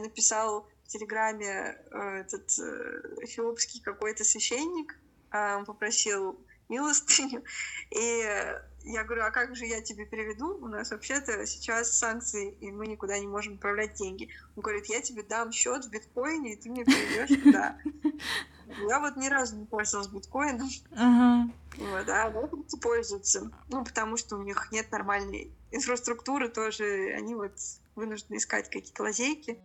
написал в Телеграме этот эфиопский какой-то священник, он попросил милостыню, и я говорю, а как же я тебе переведу? У нас вообще-то сейчас санкции, и мы никуда не можем отправлять деньги. Он говорит, я тебе дам счет в биткоине, и ты мне переведешь туда. Я вот ни разу не пользовалась биткоином, Ага. вот, а многие пользуются, потому что у них нет нормальной инфраструктуры тоже, они вот вынуждены искать какие-то лазейки.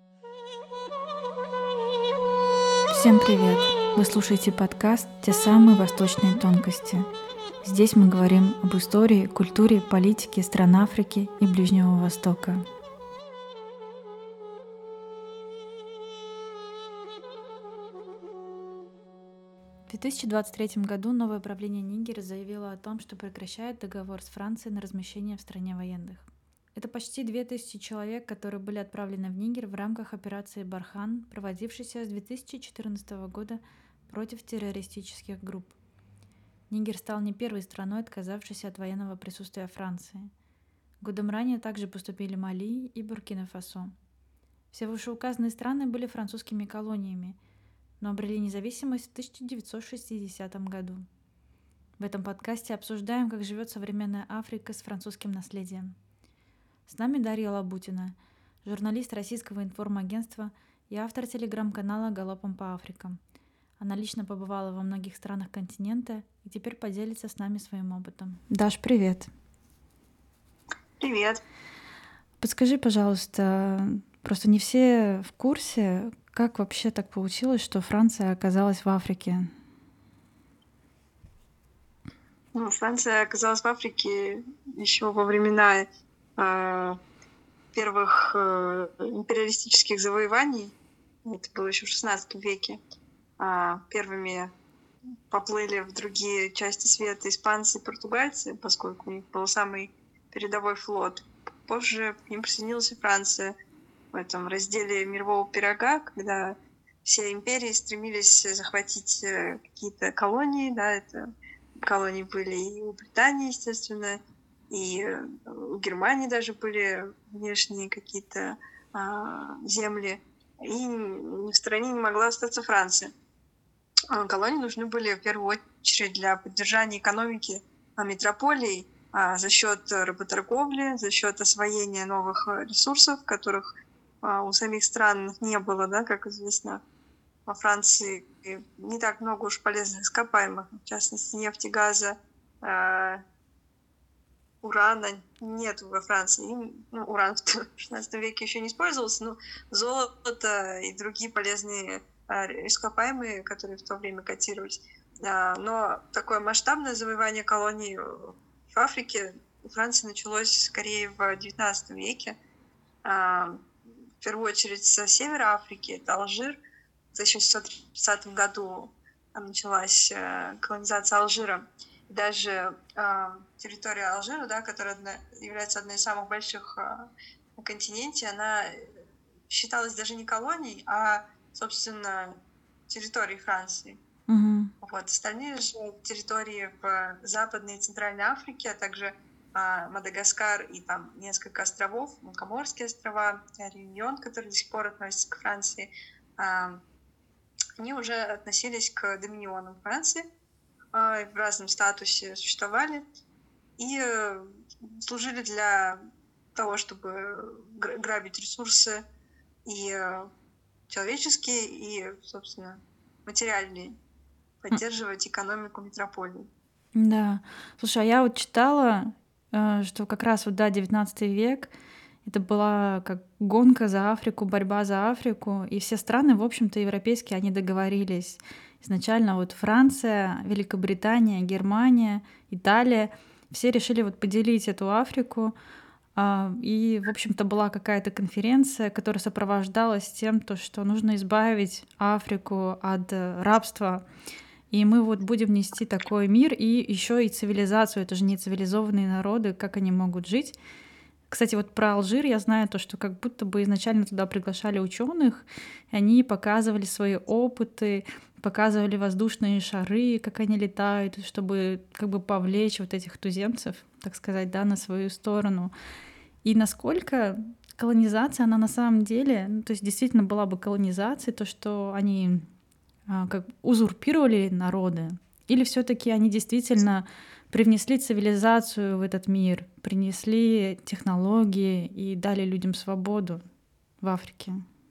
Всем привет! Вы слушаете подкаст «Те самые восточные тонкости». Здесь мы говорим об истории, культуре, политике стран Африки и Ближнего Востока. В 2023 году новое правление Нигера заявило о том, что прекращает договор с Францией на размещение в стране военных. Это почти 2000 человек, которые были отправлены в Нигер в рамках операции «Бархан», проводившейся с 2014 года против террористических групп. Нигер стал не первой страной, отказавшейся от военного присутствия Франции. Годом ранее также поступили Мали и Буркина-Фасо. Все вышеуказанные страны были французскими колониями, но обрели независимость в 1960 году. В этом подкасте обсуждаем, как живет современная Африка с французским наследием. С нами Дарья Лабутина, журналист российского информагентства и автор телеграм-канала «Галопом по Африкам». Она лично побывала во многих странах континента и теперь поделится с нами своим опытом. Даш, привет. Привет. Подскажи, пожалуйста, просто не все в курсе, как вообще так получилось, что Франция оказалась в Африке? Франция оказалась в Африке еще во времена первых империалистических завоеваний. Это было еще в XVI веке. Первыми поплыли в другие части света испанцы и португальцы, поскольку у них был самый передовой флот. Позже к ним присоединилась и Франция в этом разделе мирового пирога, когда все империи стремились захватить какие-то колонии. Да, это колонии были и у Британии, естественно, и у Германии даже были внешние какие-то земли. И в стране не могла остаться Франция. Колонии нужны были в первую очередь для поддержания экономики метрополий за счет работорговли, за счет освоения новых ресурсов, которых у самих стран не было, да, как известно. Во Франции не так много уж полезных ископаемых, в частности, нефти, газа, урана нет во Франции. Уран в XVI веке еще не использовался, но золото и другие полезные ископаемые, которые в то время котировались. Но такое масштабное завоевание колоний в Африке у Франции началось скорее в XIX веке. В первую очередь со севера Африки, это Алжир. В 1630 году там началась колонизация Алжира. Даже территория Алжира, да, которая является одной из самых больших на континенте, она считалась даже не колонией, а, собственно, территорией Франции. Вот. Остальные же территории в Западной и Центральной Африке, а также Мадагаскар и там несколько островов, Коморские острова, Реюньон, которые до сих пор относятся к Франции, они уже относились к доминионам Франции, в разном статусе существовали и служили для того, чтобы грабить ресурсы и человеческие, и, собственно, материальные, поддерживать экономику метрополии. Да. Слушай, а я вот читала, что как раз вот, да, 19 век это была как гонка за Африку, борьба за Африку, и все страны, в общем-то, европейские, они договорились. Изначально вот Франция, Великобритания, Германия, Италия, все решили вот поделить эту Африку, и, в общем-то, была какая-то конференция, которая сопровождалась тем, что нужно избавить Африку от рабства. И мы вот будем нести такой мир и еще и цивилизацию. Это же не цивилизованные народы, как они могут жить. Кстати, вот про Алжир я знаю то, что как будто бы изначально туда приглашали ученых, и они показывали свои опыты, показывали воздушные шары, как они летают, чтобы как бы повлечь вот этих туземцев, так сказать, да, на свою сторону. И насколько колонизация, она на самом деле, то есть действительно была бы колонизацией, то, что они как узурпировали народы, или все-таки они действительно привнесли цивилизацию в этот мир, принесли технологии и дали людям свободу в Африке?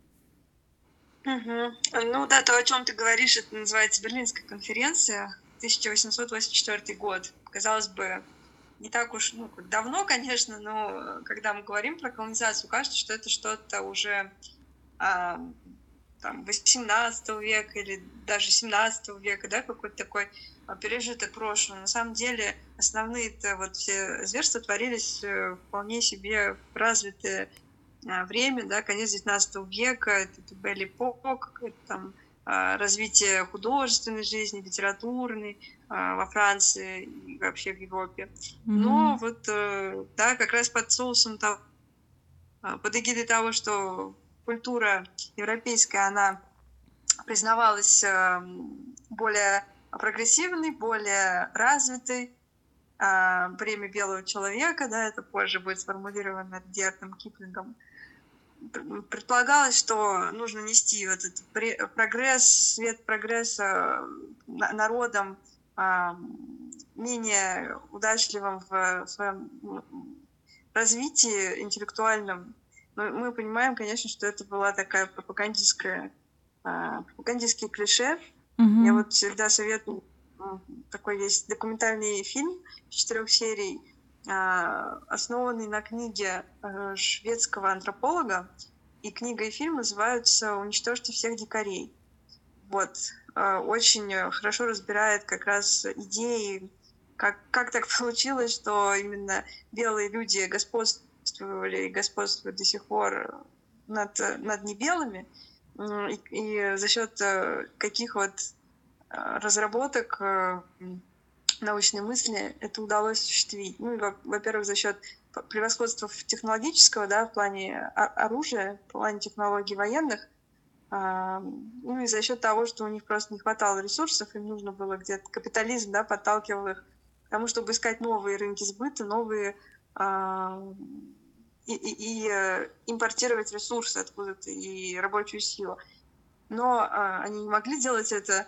Мгм. Ну да, то, о чем ты говоришь, это называется Берлинская конференция, 1884 год. Казалось бы, не так уж давно, конечно, но когда мы говорим про колонизацию, кажется, что это что-то уже а, там, 18 века или даже 17 века, да, какой-то такой пережиток прошлого. На самом деле основные-то вот все зверства творились вполне себе в развитое время, да, конец 19 века, это Белли Эпок, это там развитие художественной жизни, литературной во Франции и вообще в Европе. Но Мгм. вот, да, как раз под соусом того, под эгидой того, что культура европейская, она признавалась более прогрессивной, более развитой. Бремя белого человека, да, это позже будет сформулировано Редьярдом Киплингом. Предполагалось, что нужно нести вот этот прогресс, свет прогресса народам, менее удачливым в своем развитии интеллектуальном. Но мы понимаем, конечно, что это была такая пропагандистские клише. Я Мгм. вот всегда советую, такой есть документальный фильм из 4 серий, основанный на книге шведского антрополога, и книга и фильм называются «Уничтожьте всех дикарей». Вот. Очень хорошо разбирает как раз идеи, как так получилось, что именно белые люди господствовали и господствуют до сих пор над небелыми, и за счет каких вот разработок научной мысли это удалось осуществить. Ну, во-первых, за счет превосходства технологического, да, в плане оружия, в плане технологий военных, ну и за счет того, что у них просто не хватало ресурсов, им нужно было где-то капитализм, да, подталкивал их к тому, чтобы искать новые рынки сбыта, новые импортировать ресурсы откуда-то и рабочую силу. Но они не могли делать это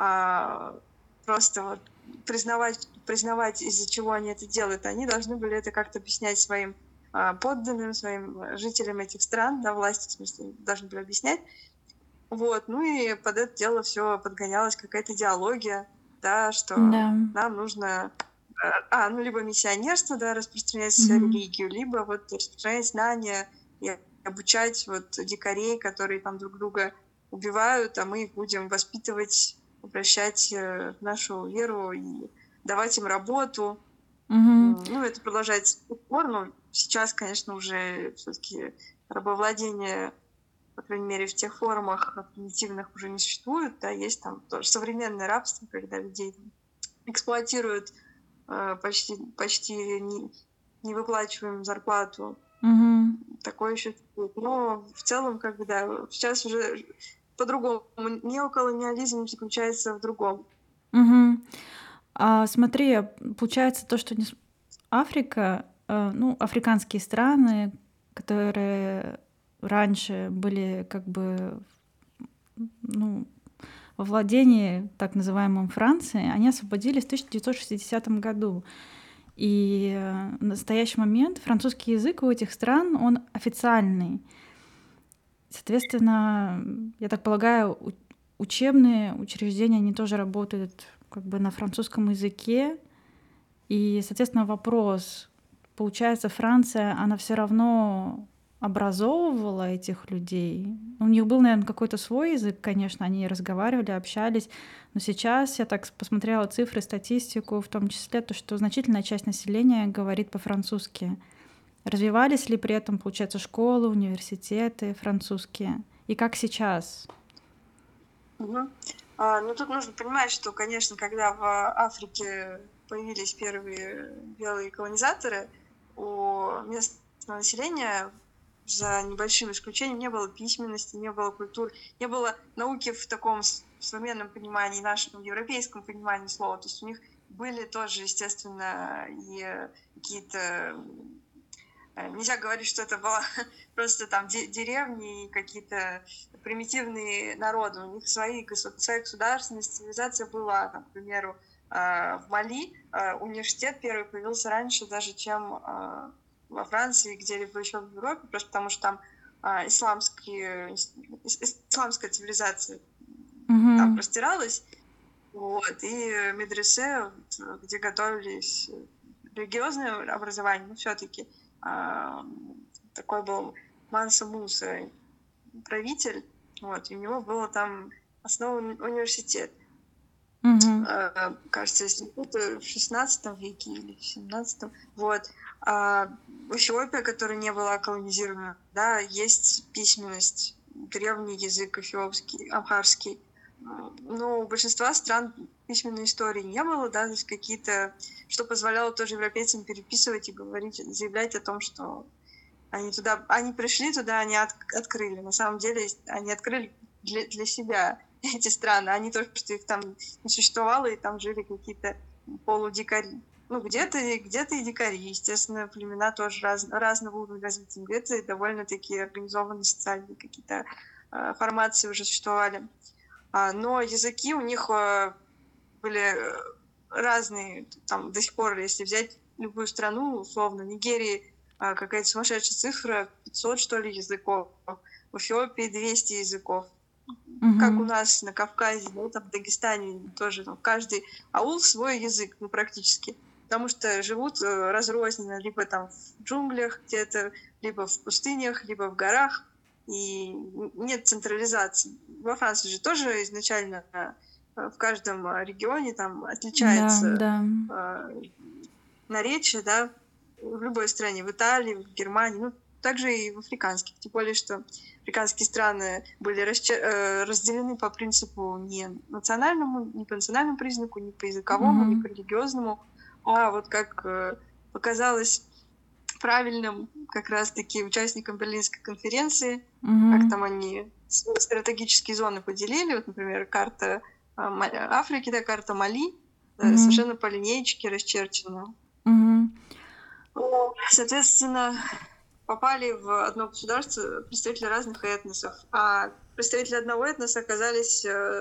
просто вот признавать, из-за чего они это делают. Они должны были это как-то объяснять своим подданным, своим жителям этих стран, да, власти, в смысле, должны были объяснять. Вот, ну и под это дело все подгонялась какая-то идеология, да, что Да. нам нужно, ну, либо миссионерство, да, распространять Мгм. религию, либо вот распространять знания и обучать вот дикарей, которые там друг друга убивают, а мы их будем воспитывать, обращать в нашу веру и давать им работу. Мгм. Ну, это продолжается до сих пор, но сейчас, конечно, уже все-таки рабовладение, по крайней мере, в тех формах примитивных уже не существует, да, есть там тоже современное рабство, когда людей эксплуатируют почти не выплачиваем зарплату. Мгм. Такое еще существует. Но в целом, как бы, да, сейчас уже по-другому. Неоколониализм заключается в другом. Мгм. Смотри, получается то, что Африка, ну, африканские страны, которые раньше были как бы, ну, во владении так называемом Франции, они освободились в 1960 году. И в настоящий момент французский язык у этих стран, он официальный. Соответственно, я так полагаю, учебные учреждения, они тоже работают как бы на французском языке. И, соответственно, вопрос, получается, Франция, она все равно образовывала этих людей. У них был, наверное, какой-то свой язык, конечно, они разговаривали, общались. Но сейчас я так посмотрела цифры, статистику, в том числе то, что значительная часть населения говорит по-французски. Развивались ли при этом, получается, школы, университеты французские? И как сейчас? Мгм. Ну, тут нужно понимать, что, конечно, когда в Африке появились первые белые колонизаторы, у местного населения, за небольшим исключением, не было письменности, не было культуры, не было науки в таком современном понимании, нашем европейском понимании слова. То есть у них были тоже, естественно, и какие-то Нельзя говорить, что это было просто там деревни и какие-то примитивные народы. У них своя государственность, цивилизация была. Там, к примеру, в Мали университет первый появился раньше даже, чем во Франции, где-либо еще в Европе, просто потому что там исламская цивилизация там простиралась. Вот, и медресе, где готовились религиозное образование, но все-таки такой был Манса Муса, правитель, вот, и у него было там основан университет. Кажется, если не путаю, в 16 веке или в 17. Вот. В Эфиопии, которая не была колонизирована, да, есть письменность, древний язык эфиопский, амхарский. Но у большинства стран письменной истории не было, да, то есть какие-то, что позволяло тоже европейцам переписывать и говорить, заявлять о том, что они пришли туда, они открыли. На самом деле они открыли для себя эти страны, а не то, что их там не существовало, и там жили какие-то полудикари. Ну, где-то и дикари, естественно, племена тоже разного уровня развития, где-то довольно-таки организованные социальные какие-то формации уже существовали. Но языки у них были разные, там до сих пор, если взять любую страну, условно, Нигерии, какая-то сумасшедшая цифра, 500, что ли, языков, в Эфиопии 200 языков. Как у нас на Кавказе, ну, там в Дагестане тоже, там, каждый аул свой язык, ну, практически, потому что живут разрозненно, либо там в джунглях где-то, либо в пустынях, либо в горах, и нет централизации. Во Франции же тоже изначально в каждом регионе там отличается наречие, да, в любой стране, в Италии, в Германии, ну, также и в африканских, тем более, что африканские страны были разделены по принципу не национальному, не по национальному признаку, не по языковому, не по религиозному, а вот как показалось правильным как раз-таки участникам Берлинской конференции, как там они стратегические зоны поделили, вот, например, карта Африки, да, карта Мали, совершенно по линеечке расчерчена. Соответственно, попали в одно государство представители разных этносов, а представители одного этноса оказались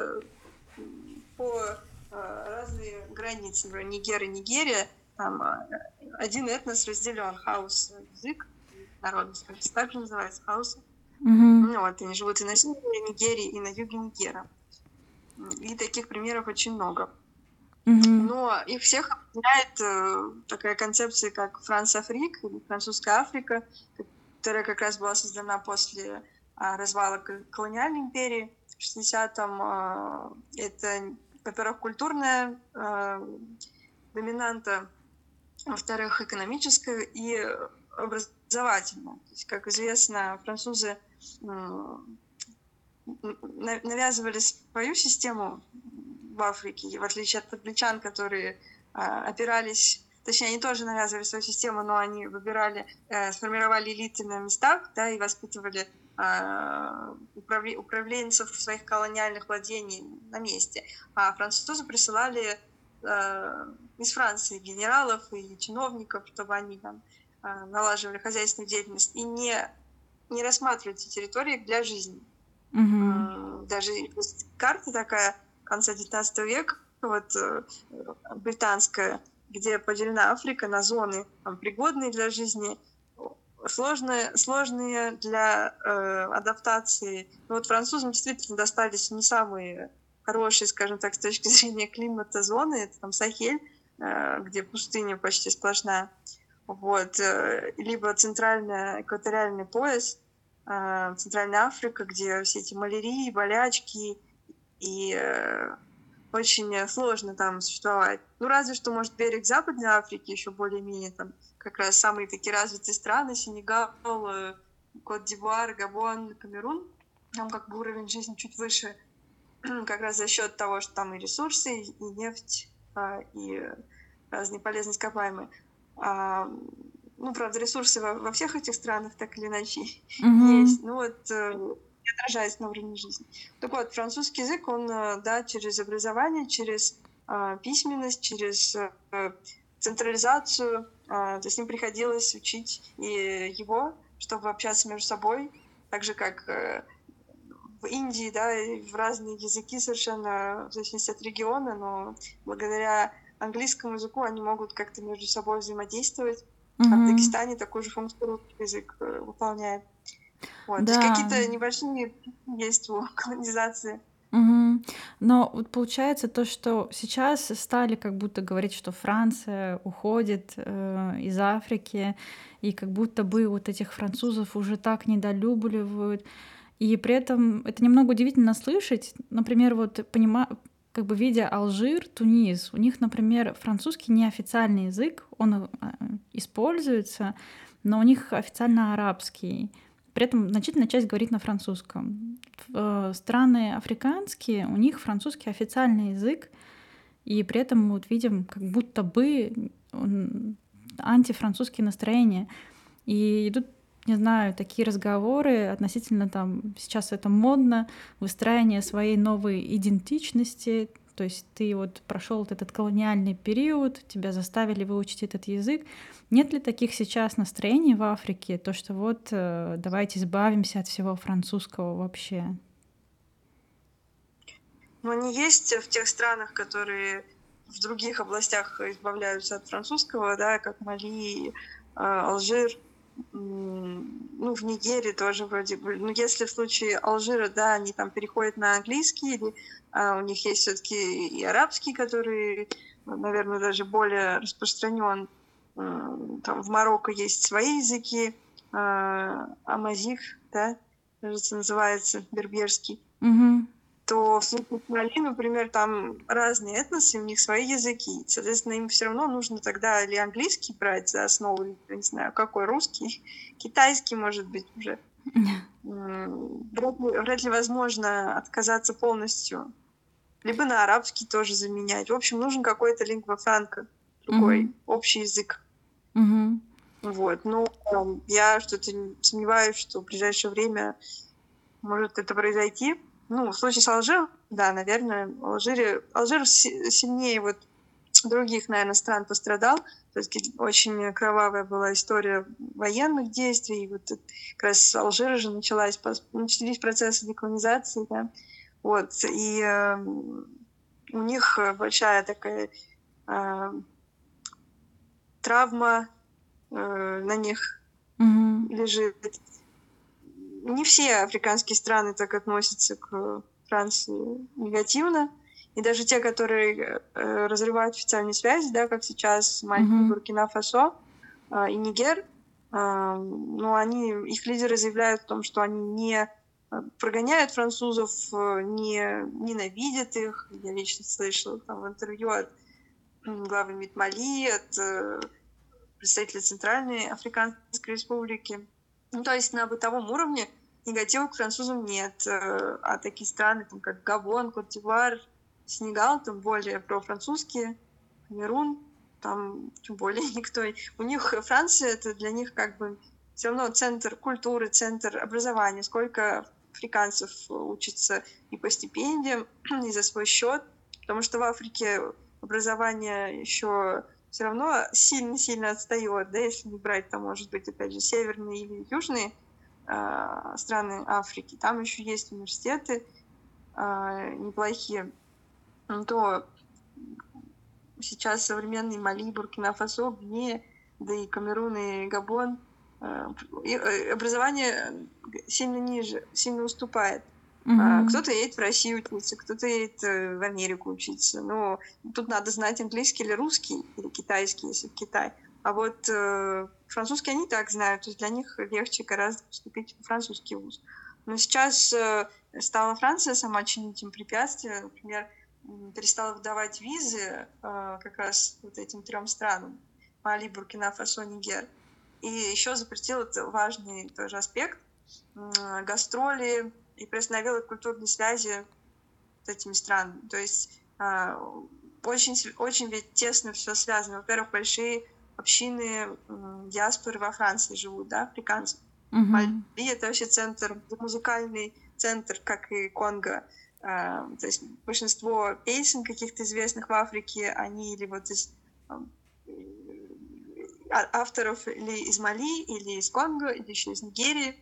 по разные границы. Например, Нигер и Нигерия, там один этнос разделен, хаус, язык, народность, кажется, так же называется, хаус. Ну, вот, они живут и на севере Нигерии, и на юге Нигера. И таких примеров очень много. Но их всех объединяет такая концепция, как Франц-Африк, или Французская Африка, которая как раз была создана после развала колониальной империи в 60-м. Это, во-первых, культурная доминанта, во-вторых, экономическая и образовательная. То есть, как известно, французы навязывали свою систему в Африке, в отличие от англичан, которые опирались, точнее, они тоже навязывали свою систему, но они выбирали, сформировали элиты на местах, да, и воспитывали управленцев своих колониальных владений на месте. А французы присылали из Франции генералов и чиновников, чтобы они там налаживали хозяйственную деятельность и не рассматривали эти территории для жизни. Даже есть карта такая конца 19 века, вот, британская, где поделена Африка на зоны там, пригодные для жизни, сложные для адаптации. Но вот французам действительно достались не самые хорошие, скажем так, с точки зрения климата зоны. Это там Сахель, где пустыня почти сплошная. Вот. Либо центральный экваториальный пояс, Центральная Африка, где все эти малярии, болячки, и очень сложно там существовать. Ну, разве что, может, берег Западной Африки еще более-менее там как раз самые такие развитые страны, Сенегал, Кот-д'Ивуар, Габон, Камерун. Там как бы уровень жизни чуть выше, как раз за счет того, что там и ресурсы, и нефть, и разные полезные ископаемые. Ну, правда, ресурсы во всех этих странах так или иначе есть. Ну вот не отражается на уровне жизни. Так вот, французский язык, он, да, через образование, через письменность, через централизацию То есть им приходилось учить и его, чтобы общаться между собой, так же, как в Индии, да, и в разные языки совершенно, в зависимости от региона, но благодаря английскому языку они могут как-то между собой взаимодействовать. А в Мгм. Дагестане такую же функцию русский язык выполняет. Вот. То есть Да. какие-то небольшие есть у колонизации. Мгм. Но вот получается то, что сейчас стали как будто говорить, что Франция уходит из Африки, и как будто бы вот этих французов уже так недолюбливают. И при этом это немного удивительно слышать. Например, вот как бы видя Алжир, Тунис, у них, например, французский неофициальный язык, он используется, но у них официально арабский. При этом значительная часть говорит на французском. Страны африканские, у них французский официальный язык, и при этом мы вот видим как будто бы антифранцузские настроения. И идут, не знаю, такие разговоры относительно там, сейчас это модно, выстраивание своей новой идентичности. То есть ты вот прошел вот этот колониальный период, тебя заставили выучить этот язык. Нет ли таких сейчас настроений в Африке, то что вот давайте избавимся от всего французского вообще? Но они есть в тех странах, которые в других областях избавляются от французского, да, как Мали, Алжир, ну, в Нигерии тоже вроде бы. Ну, если в случае Алжира, да, они там переходят на английский, или у них есть все-таки и арабский, который, наверное, даже более распространен. Там в Марокко есть свои языки, амазигh, да, кажется, называется, берберский. Мгм. То в случае с Мали, например, там разные этносы, у них свои языки. Соответственно, им все равно нужно тогда или английский брать за основу, или, я не знаю, какой русский, китайский, может быть, уже. Вряд ли возможно отказаться полностью. Либо на арабский тоже заменять. В общем, нужен какой-то лингва франка, другой, Мгм. общий язык. Мгм. Вот. Но я что-то сомневаюсь, что в ближайшее время может это произойти. Ну, в случае с Алжиром, да, наверное, Алжир сильнее вот других, наверное, стран пострадал. То есть очень кровавая была история военных действий. И вот как раз с Алжира же начались процессы деколонизации, да. Вот. И у них большая такая травма на них Мгм. лежит. Не все африканские страны так относятся к Франции негативно. И даже те, которые разрывают официальные связи, да, как сейчас Мали, Мгм. Буркина-Фасо и Нигер, но их лидеры заявляют о том, что они не прогоняют французов, не ненавидят их. Я лично слышала там в интервью от главы МИД Мали, от представителя Центральной Африканской Республики. Ну, то есть на бытовом уровне негатива к французам нет. А такие страны, там, как Габон, Кот-д'Ивуар, Сенегал, там более профранцузские, Камерун, там тем более никто. У них Франция — это для них как бы все равно центр культуры, центр образования. Сколько африканцев учатся и по стипендиям, и за свой счет, потому что в Африке образование еще все равно сильно-сильно отстает, да, если не брать, там, может быть, опять же, северные или южные страны Африки, там еще есть университеты неплохие, то сейчас современный Мали, Буркина-Фасо, Гвинея, да и Камерун и Габон, образование сильно ниже, сильно уступает. Мгм. Кто-то едет в Россию учиться, кто-то едет в Америку учиться. Но тут надо знать английский или русский, или китайский, если в Китай. А вот французский они так знают, то есть для них легче гораздо поступить в французский вуз. Но сейчас стала Франция сама чинить им препятствия. Например, перестала выдавать визы как раз вот этим 3 странам: Мали, Буркина-Фасо, Нигер. И еще запретила, это важный тоже аспект, гастроли и приостановила культурные связи с этими странами. То есть очень ведь тесно все связано. Во-первых, большие общины диаспоры во Франции живут, да, африканцев. Мали — это вообще центр, музыкальный центр, как и Конго. То есть большинство песен каких-то известных в Африке, они или вот из авторов или из Мали, или из Конго, или еще из Нигерии.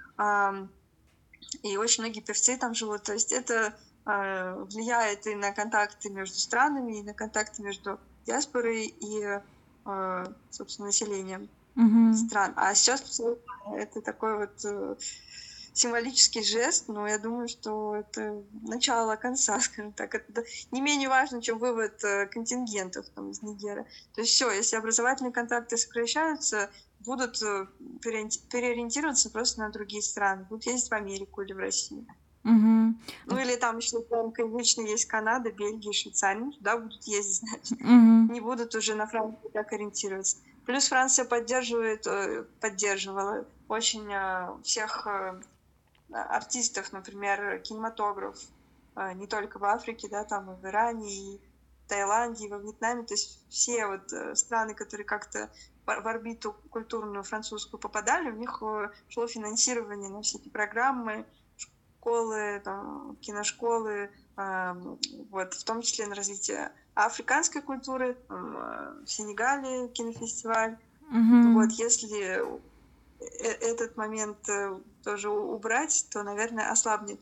И очень многие певцы там живут. То есть это влияет и на контакты между странами, и на контакты между диаспорой и, собственно, населением стран. А сейчас это такой вот символический жест, но я думаю, что это начало конца, скажем так. Это не менее важно, чем вывод контингентов там, из Нигера. То есть все, если образовательные контакты сокращаются, будут переориентироваться просто на другие страны, будут ездить в Америку или в Россию. Ну или там еще конечно есть Канада, Бельгия, Швейцария, туда будут ездить, значит, не будут уже на Францию так ориентироваться. Плюс Франция поддерживала очень всех артистов, например, кинематограф, не только в Африке, да, там и в Иране, и в Таиланде, и во Вьетнаме, то есть все вот страны, которые как-то в орбиту культурную французскую попадали, у них шло финансирование на все эти программы, школы, там, киношколы, вот, в том числе на развитие африканской культуры, в Сенегале кинофестиваль. Вот, если этот момент тоже убрать, то, наверное, ослабнет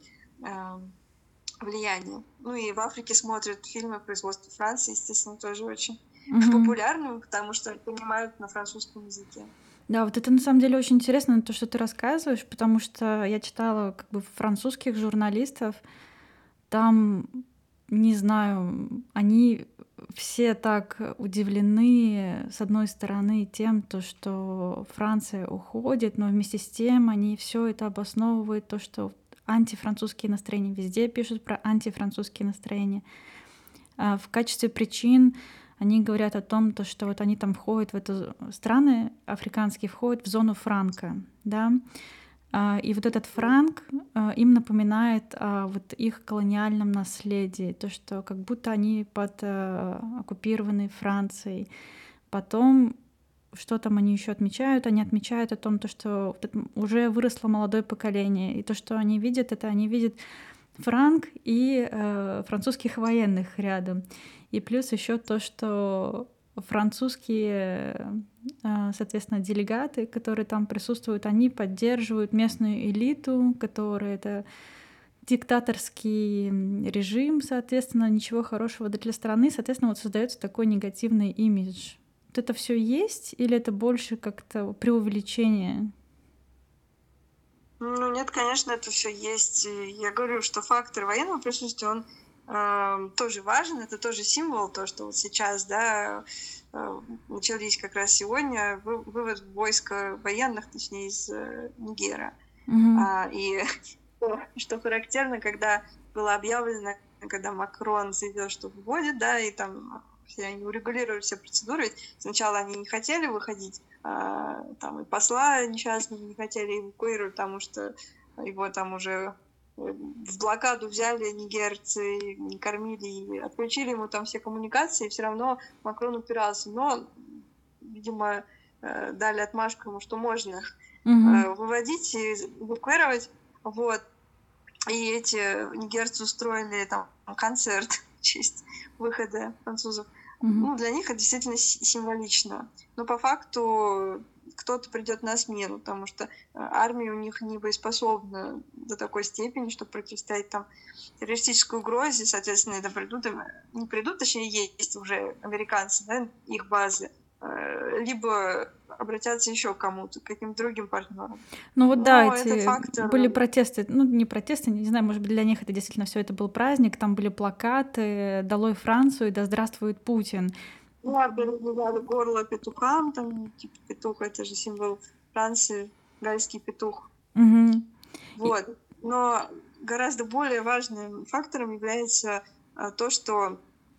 влияние. Ну и в Африке смотрят фильмы производства Франции, естественно, тоже очень популярны, потому что понимают на французском языке. Да, вот это на самом деле очень интересно, то, что ты рассказываешь, потому что я читала как бы французских журналистов, там, не знаю, они все так удивлены, с одной стороны, тем, то, что Франция уходит, но вместе с тем они все это обосновывают, то, что антифранцузские настроения, везде пишут про антифранцузские настроения. В качестве причин они говорят о том, то, что вот они там входят в эту страны африканские, входят в зону франка, да, и вот этот франк им напоминает о вот их колониальном наследии, то, что как будто они под оккупированы Францией. Потом что там они еще отмечают? Они отмечают о том, то, что уже выросло молодое поколение, и то, что они видят, это они видят франк и французских военных рядом. И плюс еще то, что французские, соответственно, делегаты, которые там присутствуют, они поддерживают местную элиту, которая это диктаторский режим, соответственно, ничего хорошего для страны, соответственно, вот создается такой негативный имидж. Вот это все есть или это больше как-то преувеличение? Ну нет, конечно, это все есть. Я говорю, что фактор военного присутствия, он тоже важен, это тоже символ, то, что вот сейчас, да, начались как раз сегодня вывод войска военных, точнее, из Нигера. И что характерно, когда было объявлено, когда Макрон заявил, что выводит, да, и там все они урегулировали все процедуры. Сначала они не хотели выходить, там и посла несчастного не хотели эвакуировать, потому что его там уже в блокаду взяли нигерцы, не кормили, и отключили ему там все коммуникации, и все равно Макрон упирался. Но, видимо, дали отмашку ему, что можно выводить и эвакуировать. Вот. И эти нигерцы устроили там концерт в честь выхода французов. Ну, для них это действительно символично. Но по факту кто-то придет на смену, потому что армия у них не боеспособна до такой степени, чтобы противостоять там террористической угрозе. Соответственно, это не придут, точнее, есть уже американцы, да, их базы, либо обратятся еще к кому-то, к каким-то другим партнерам. Ну вот да, эти были протесты, ну не протесты, не знаю, может быть, для них это действительно все это был праздник, там были плакаты «Долой Францию» и «Да здравствует Путин». Да, перерезали горло петухам, там, типа, петух — это же символ Франции, гальский петух. Вот. Но гораздо более важным фактором является то, что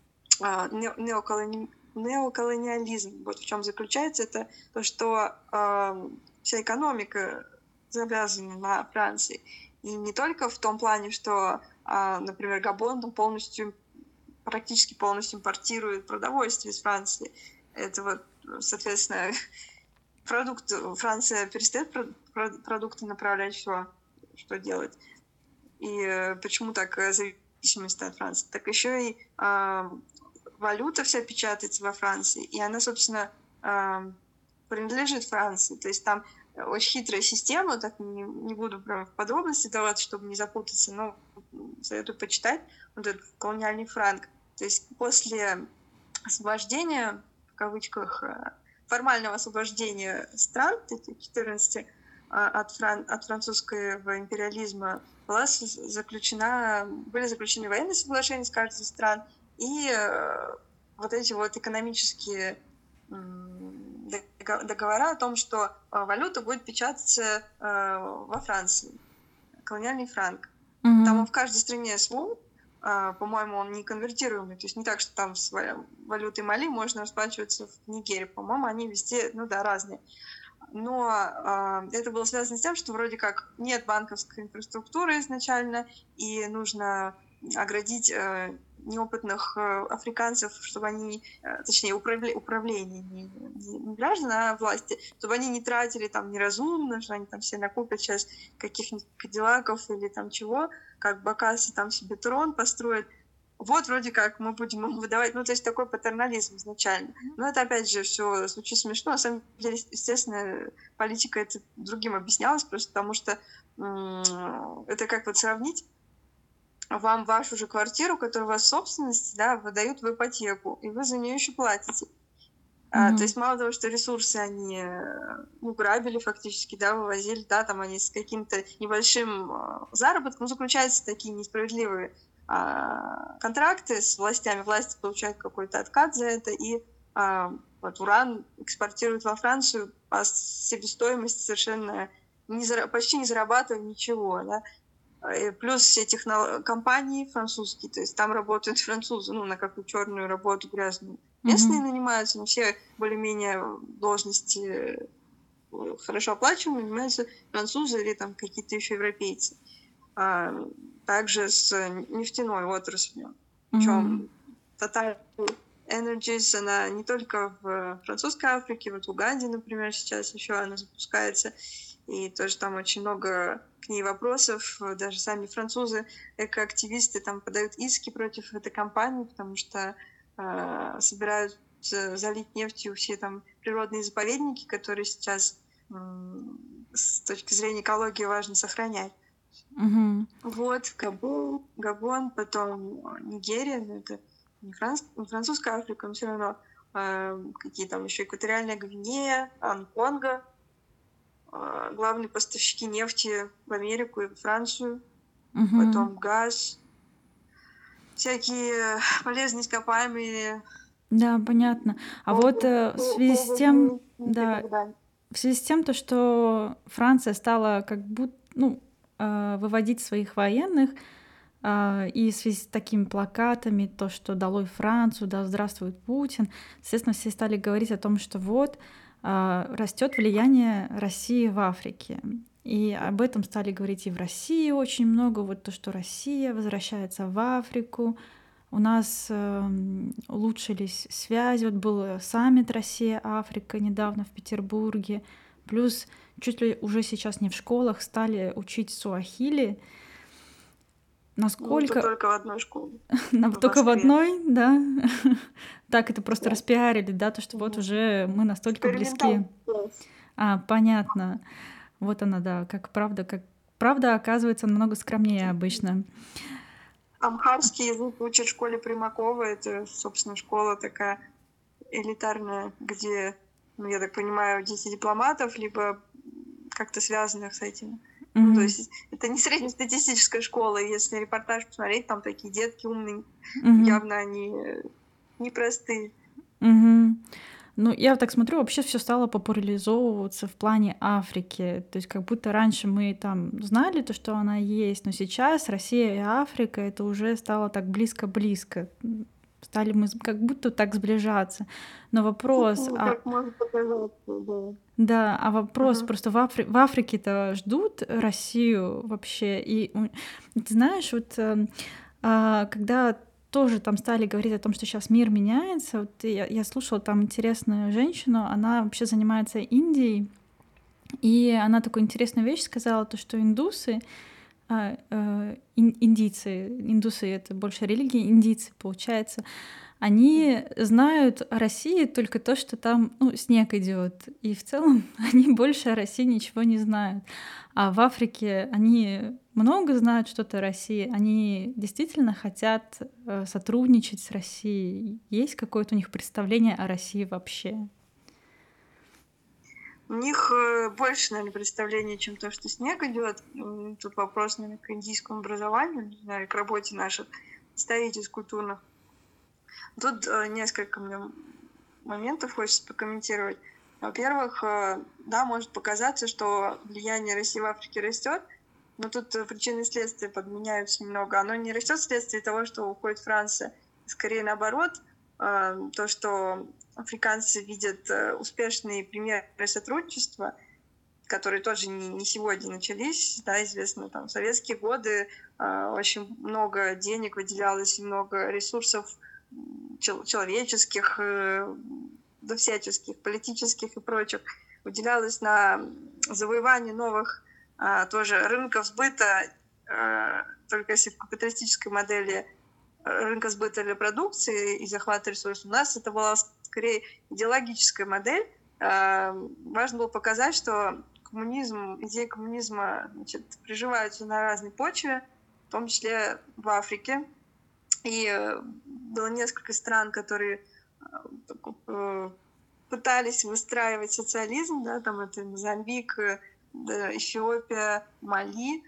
неоколониализм, вот в чем заключается, это то, что вся экономика завязана на Франции. И не только в том плане, что, например, Габон там практически полностью импортирует продовольствие из Франции. Это вот, соответственно, Франция перестает продукты направлять, что делать. И почему так зависимость от Франции? Так еще и валюта вся печатается во Франции, и она, собственно, принадлежит Франции. То есть там очень хитрая система, так не буду прям в подробности давать, чтобы не запутаться, но советую почитать вот этот колониальный франк. То есть после освобождения, в кавычках, формального освобождения стран, этих 14, от французского империализма, были заключены военные соглашения с каждой из стран, и вот эти вот экономические договора о том, что валюта будет печататься во Франции, колониальный франк. Там он в каждой стране свой, по-моему, он не конвертируемый, то есть не так, что там с валютой Мали можно расплачиваться в Нигерии, по-моему, они везде, разные. Но это было связано с тем, что вроде как нет банковской инфраструктуры изначально, и нужно оградить неопытных африканцев, чтобы они, точнее, управление не граждан, а власти, чтобы они не тратили там неразумно, что они там все накупят сейчас каких-нибудь кадиллаков или там чего, как Бакасси там себе трон построит. Вот вроде как мы будем им выдавать, то есть такой патернализм изначально. Но это опять же все звучит смешно. На самом деле, естественно, политика это другим объяснялась, просто потому что это как вот сравнить, вам вашу же квартиру, которая у вас в собственности, да, выдают в ипотеку, и вы за нее еще платите. То есть мало того, что ресурсы они грабили фактически, да, вывозили, да, там они с каким-то небольшим заработком, заключаются такие несправедливые контракты с властями, власти получают какой-то откат за это, и вот уран экспортируют во Францию по себестоимости совершенно почти не зарабатывая ничего, да. Плюс все компании французские, то есть там работают французы, на какую черную работу грязную. Местные нанимаются, но все более-менее должности хорошо оплачиваемые нанимаются французы или там какие-то еще европейцы. Также с нефтяной отраслью. Причем Total Energies, она не только в французской Африке, вот в Уганде, например, сейчас еще она запускается. И тоже там очень много к ней вопросов. Даже сами французы, экоактивисты там подают иски против этой компании, потому что собираются залить нефтью все там природные заповедники, которые сейчас с точки зрения экологии важно сохранять. Вот, Габон, потом Нигерия, это не французская Африка, но все равно какие там еще экваториальная Гвинея, Конго, главные поставщики нефти в Америку и в Францию, потом газ, всякие полезные ископаемые. Да, понятно. А вот в связи с тем, в связи с тем, то, что Франция стала как будто, выводить своих военных, и в связи с такими плакатами, то, что «Долой Францию», «Да здравствует Путин», естественно, все стали говорить о том, что вот растет влияние России в Африке. И об этом стали говорить и в России очень много, вот то, что Россия возвращается в Африку. У нас улучшились связи, вот был саммит Россия-Африка недавно в Петербурге, плюс чуть ли уже сейчас не в школах стали учить суахили. Насколько... только в одной школе. Только в одной, да. Так это просто распиарили, да, то, что вот уже мы настолько близки. Понятно. Вот она, да, как правда оказывается намного скромнее обычно. Амхарский язык учат в школе Примакова. Это, собственно, школа такая элитарная, где, я так понимаю, дети дипломатов, либо как-то связанных с этим. То есть это не среднестатистическая школа. Если репортаж посмотреть, там такие детки умные, явно они непростые. Я так смотрю, вообще все стало популяризовываться в плане Африки. То есть как будто раньше мы там знали то, что она есть, но сейчас Россия и Африка это уже стало так близко-близко. Стали мы как будто так сближаться. Но вопрос... Как можно показаться, да. Да, а вопрос просто в Африке-то ждут Россию вообще. И ты знаешь, вот когда тоже там стали говорить о том, что сейчас мир меняется, вот я слушала там интересную женщину, она вообще занимается Индией, и она такую интересную вещь сказала, то что индусы, индусы это больше религия, индийцы, получается, Они знают о России только то, что там, ну, снег идет, и в целом они больше о России ничего не знают. А в Африке они много знают что-то о России, они действительно хотят, сотрудничать с Россией. Есть какое-то у них представление о России вообще? У них больше, наверное, представления, чем то, что снег идет. Тут вопрос, наверное, к индийскому образованию, не знаю, к работе наших представительств культурных. Тут несколько мне моментов хочется прокомментировать. Во-первых, да, может показаться, что влияние России в Африке растет, но тут причины и следствия подменяются немного. Оно не растет вследствие того, что уходит Франция. Скорее наоборот, то, что африканцы видят успешные примеры сотрудничества, которые тоже не сегодня начались, да, известно, там, в советские годы очень много денег выделялось и много ресурсов человеческих, да всяческих, политических и прочих, выделялось на завоевание новых тоже рынков сбыта, только если в капиталистической модели рынка сбыта для продукции и захвата ресурсов, у нас это была скорее идеологическая модель. Важно было показать, что коммунизм, идеи коммунизма, значит, приживаются на разной почве, в том числе в Африке. И было несколько стран, которые пытались выстраивать социализм, да, там это Мозамбик, Эфиопия, Мали,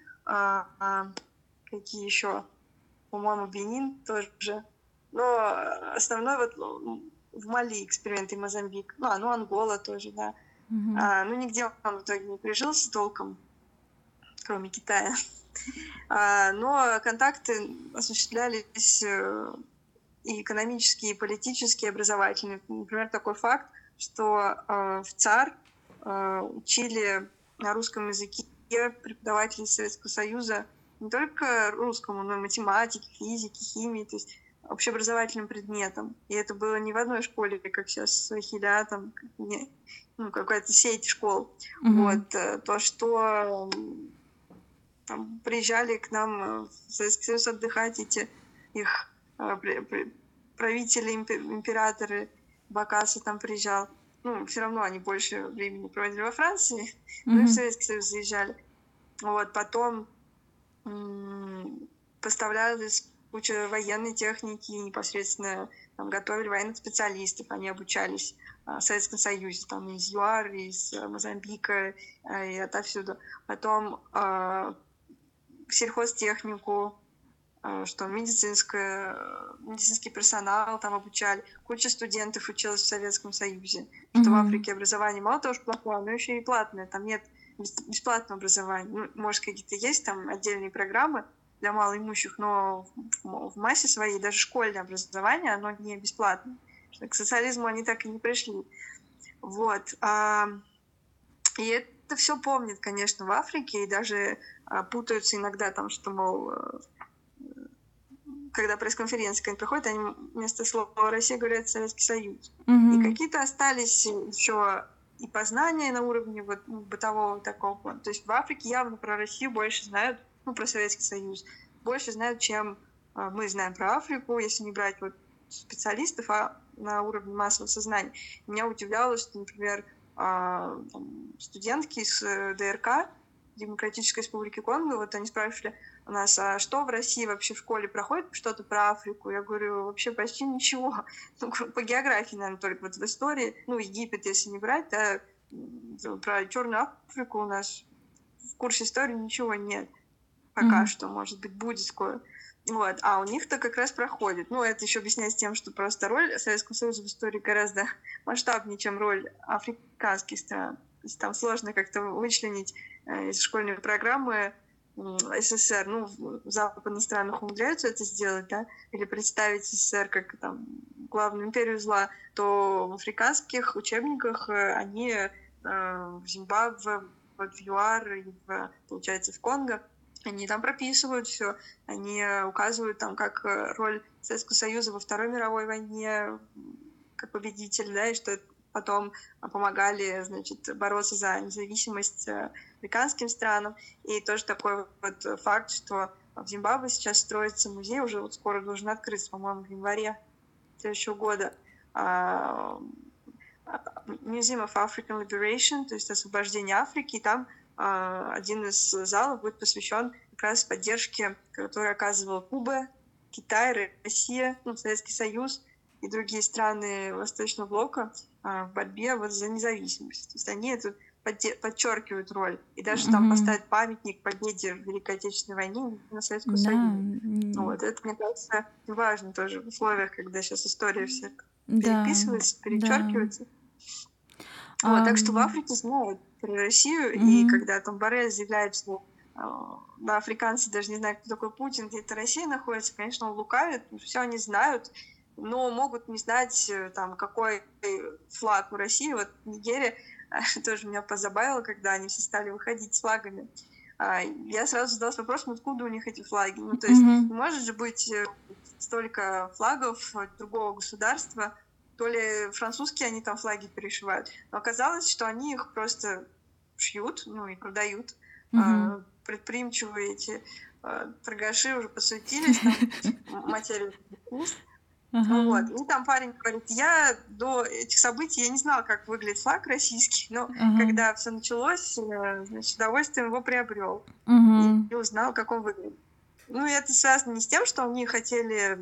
какие еще, по-моему, Бенин тоже. Но основной вот в Мали эксперимент и Мозамбик. Ну, Ангола тоже, да. Ну, нигде он в итоге не прижился толком, кроме Китая. Но контакты осуществлялись и экономические, и политические, и образовательные. Например, такой факт, что в ЦАР учили на русском языке преподаватели Советского Союза не только русскому, но и математике, физике, химии, то есть общеобразовательным предметом. И это было не в одной школе, как сейчас Суахиля, там, какая-то сеть школ. Вот, то, что там приезжали к нам в Советский Союз отдыхать эти их правители, императоры, Бакаса там приезжал. Ну, все равно они больше времени проводили во Франции, ну и в Советский Союз заезжали. Вот, потом поставлялись куча военной техники, непосредственно там, готовили военных специалистов, они обучались в Советском Союзе, там из ЮАР, из Мозамбика и отовсюду. Потом сельхозтехнику, что медицинский персонал там обучали, куча студентов училась в Советском Союзе, что в Африке образование мало того, что плохое, но еще и платное, там нет бесплатного образования. Ну, может, какие-то есть там отдельные программы для малоимущих, но в массе своей даже школьное образование, оно не бесплатное. К социализму они так и не пришли. Вот. И это все помнят, конечно, в Африке, и даже путаются иногда там, что, мол, когда пресс-конференции какая-нибудь проходит, они вместо слова «Россия» говорят «Советский Союз». И какие-то остались еще и познания на уровне вот, бытового такого. То есть в Африке явно про Россию больше знают, про Советский Союз, больше знают, чем мы знаем про Африку, если не брать вот специалистов, а на уровне массового сознания. Меня удивляло, что, например, студентки из ДРК, Демократической Республики Конго, вот они спрашивали у нас, а что в России вообще в школе проходит что-то про Африку? Я говорю, вообще почти ничего. Ну, по географии, наверное, только вот в истории, Египет, если не брать, да, про Черную Африку у нас в курсе истории ничего нет. Пока что, может быть, будет скоро. Вот. А у них-то как раз проходит. Это еще объясняется тем, что просто роль Советского Союза в истории гораздо масштабнее, чем роль африканских стран. То есть там сложно как-то вычленить из школьной программы СССР. В западных странах умудряются это сделать, да, или представить СССР как там главную империю зла, то в африканских учебниках они в Зимбабве, в ЮАР, и получается, в Конго, они там прописывают все, они указывают там, как роль Советского Союза во Второй мировой войне как победитель, да, и что потом помогали, значит, бороться за независимость африканским странам. И тоже такой вот факт, что в Зимбабве сейчас строится музей, уже вот скоро должен открыться, по-моему, в январе. следующего года Museum of African Liberation, то есть освобождение Африки, и там один из залов будет посвящен как раз поддержке, которую оказывала Куба, Китай, Россия, Советский Союз и другие страны Восточного блока в борьбе вот за независимость. То есть они это подчеркивают роль. И даже там поставят памятник победе в Великой Отечественной войне на Советском Союзе. Вот. Это, мне кажется, важно тоже в условиях, когда сейчас история вся переписывается, перечеркивается. Вот, так что в Африке знают про Россию, и когда там Боррель заявляет, что африканцы даже не знают, кто такой Путин, где-то Россия находится, конечно, он лукавит, все они знают, но могут не знать, там, какой флаг у России. Вот Нигерия тоже меня позабавило, когда они все стали выходить с флагами. Я сразу задалась вопросом, откуда у них эти флаги. Ну, то есть не может же быть столько флагов другого государства, то ли французские они там флаги перешивают. Но оказалось, что они их просто шьют, и продают. Предприимчивые эти торгаши уже подсуетились, там материю. Вот. И там парень говорит, я до этих событий я не знала, как выглядит флаг российский, но когда все началось, значит, с удовольствием его приобрел и узнал, как он выглядит. Ну, и это связано не с тем, что они хотели,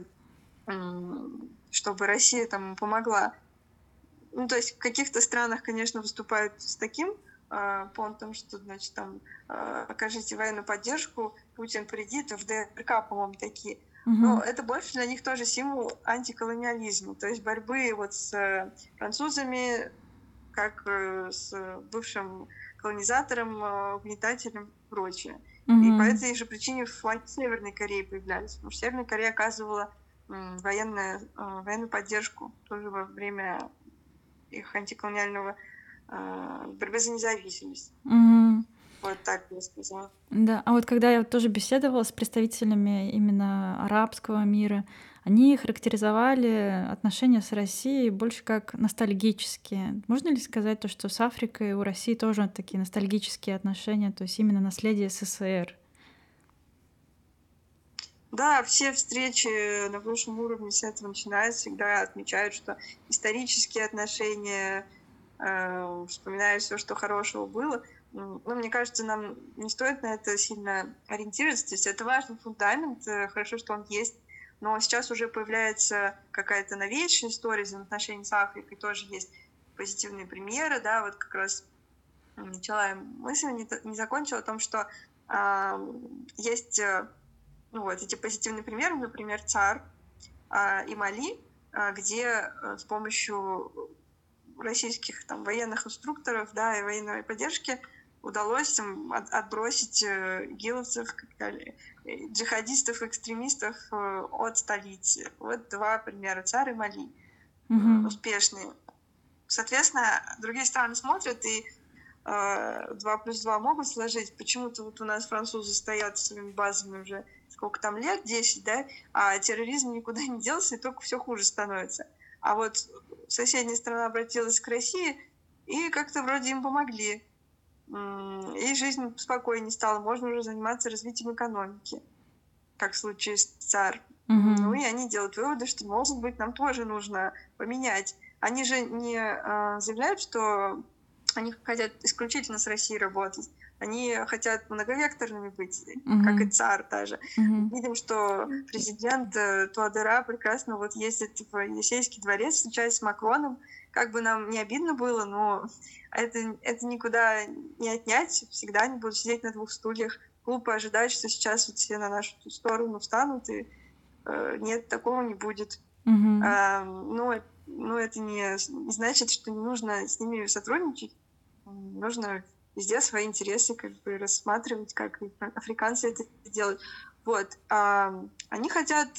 чтобы Россия там помогла. Ну, то есть в каких-то странах, конечно, выступают с таким понтом, что, значит, там окажите военную поддержку, Путин придет, в ДРК, по-моему, такие. Но это больше для них тоже символ антиколониализма, то есть борьбы вот с французами, как с бывшим колонизатором, угнетателем и прочее. И по этой же причине флаги Северной Кореи появлялись, потому что Северная Корея оказывала военную поддержку тоже во время их антиколониального борьбы за независимость. Вот так я сказала. Да, а вот когда я тоже беседовала с представителями именно арабского мира, они характеризовали отношения с Россией больше как ностальгические. Можно ли сказать то, что с Африкой у России тоже такие ностальгические отношения, то есть именно наследие СССР? Да, все встречи на высшем уровне с этого начинаются, всегда отмечают, что исторические отношения, вспоминая все, что хорошего было. Ну, мне кажется, нам не стоит на это сильно ориентироваться. То есть это важный фундамент, хорошо, что он есть. Но сейчас уже появляется какая-то новейшая история взаимоотношений с Африкой, тоже есть позитивные примеры, да, вот как раз начала мысль, не закончила, о том, что есть вот эти позитивные примеры, например, ЦАР и Мали, где с помощью российских там военных инструкторов, да, и военной поддержки удалось отбросить игиловцев, джихадистов, экстремистов от столицы. Вот два примера: ЦАР и Мали. Успешные. Соответственно, другие страны смотрят и 2 плюс 2 могут сложить. Почему-то вот у нас французы стоят своими базами уже сколько там лет, 10, да, а терроризм никуда не делся, и только все хуже становится. А вот соседняя страна обратилась к России, и как-то вроде им помогли. И жизнь спокойнее стала, можно уже заниматься развитием экономики, как в случае с ЦАР. Ну и они делают выводы, что, может быть, нам тоже нужно поменять. Они же не заявляют, что они хотят исключительно с Россией работать. Они хотят многовекторными быть, как и ЦАР даже. Видим, что президент Туадера прекрасно вот ездит в Елисейский дворец, встречается с Макроном. Как бы нам не обидно было, но это никуда не отнять. Всегда они будут сидеть на 2 стульях. Глупо ожидать, что сейчас вот все на нашу сторону встанут, и нет, такого не будет. Но это не значит, что не нужно с ними сотрудничать. Нужно везде свои интересы как бы рассматривать, как африканцы это делают. Вот. Они хотят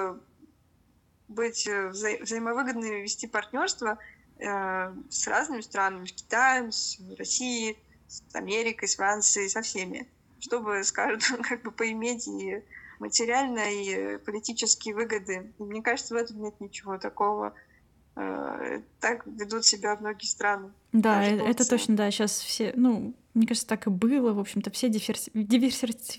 быть взаимовыгодными, вести партнерство с разными странами, с Китаем, с Россией, с Америкой, с Францией, со всеми, чтобы, скажем, как бы поиметь и материальные, и политические выгоды. И мне кажется, в этом нет ничего такого. Так ведут себя многие страны. Да, это точно, да. Сейчас все, мне кажется, так и было. В общем-то, все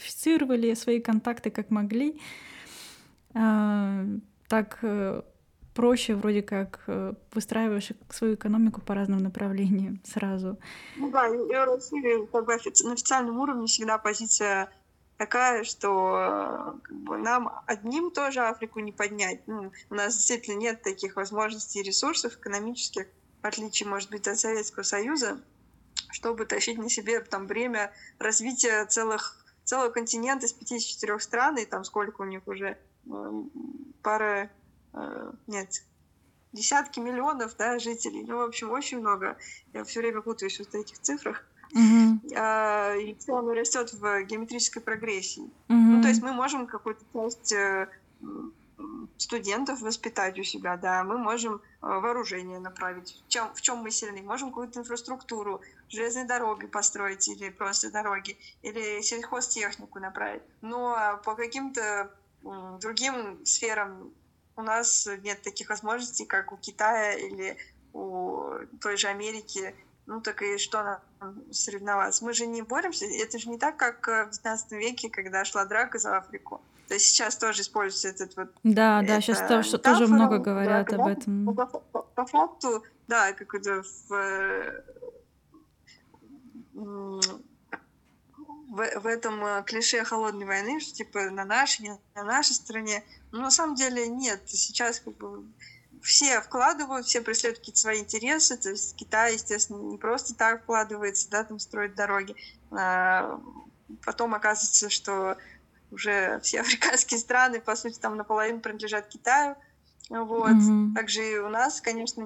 диверсифицировали свои контакты как могли. Так проще вроде как выстраиваешь свою экономику по разным направлениям сразу. Ну да, и у России как бы на официальном уровне всегда позиция такая, что как бы нам одним тоже Африку не поднять. Ну, у нас действительно нет таких возможностей и ресурсов экономических, в отличие, может быть, от Советского Союза, чтобы тащить на себе там бремя развития целого континента из 54 стран, и там сколько у них уже, пара, нет, десятки миллионов, да, жителей. Ну, в общем, очень много. Я все время путаюсь в этих цифрах. И все оно растет в геометрической прогрессии. Ну, то есть мы можем какую-то часть студентов воспитать у себя, да, мы можем вооружение направить. В чем мы сильны? Можем какую-то инфраструктуру, железной дороги построить или просто дороги, или сельхозтехнику направить. Но по каким-то другим сферам у нас нет таких возможностей, как у Китая или у той же Америки. Ну так и что нам соревноваться? Мы же не боремся. Это же не так, как в 19 веке, когда шла драка за Африку. То есть сейчас тоже используется этот вот... Да, сейчас метафора, тоже много говорят да, об этом. По факту, да, как это в этом клише холодной войны, что типа на нашей, не на нашей стороне. Но на самом деле нет. Сейчас как бы все вкладывают, все преследуют какие-то свои интересы. То есть Китай, естественно, не просто так вкладывается, да, там строит дороги. Потом оказывается, что уже все африканские страны, по сути, там наполовину принадлежат Китаю. Вот. Также и у нас, конечно,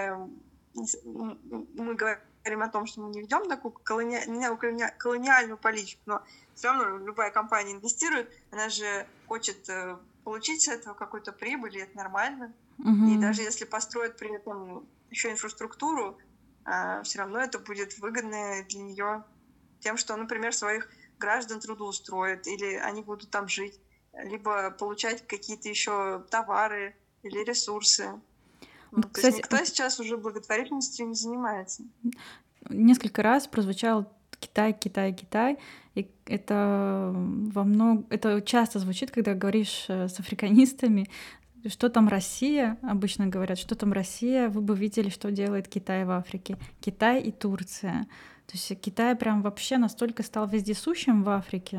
мы говорим о том, что мы не ведем такую колониальную политику, но все равно любая компания инвестирует, она же хочет получить с этого какую-то прибыль, и это нормально. И даже если построят при этом еще инфраструктуру, все равно это будет выгодно для нее тем, что, например, своих граждан трудоустроят, или они будут там жить, либо получать какие-то еще товары или ресурсы. Вот, То кстати, есть никто сейчас уже благотворительностью не занимается. Несколько раз прозвучал Китай, Китай, Китай. И это это часто звучит, когда говоришь с африканистами, что там Россия, обычно говорят, что там Россия, вы бы видели, что делает Китай в Африке. Китай и Турция. То есть Китай прям вообще настолько стал вездесущим в Африке.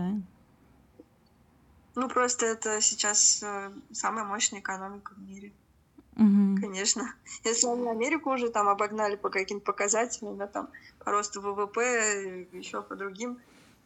Ну, просто это сейчас самая мощная экономика в мире. Конечно. Если они Америку уже там обогнали по каким-то показателям, да, там, по росту ВВП, еще по другим.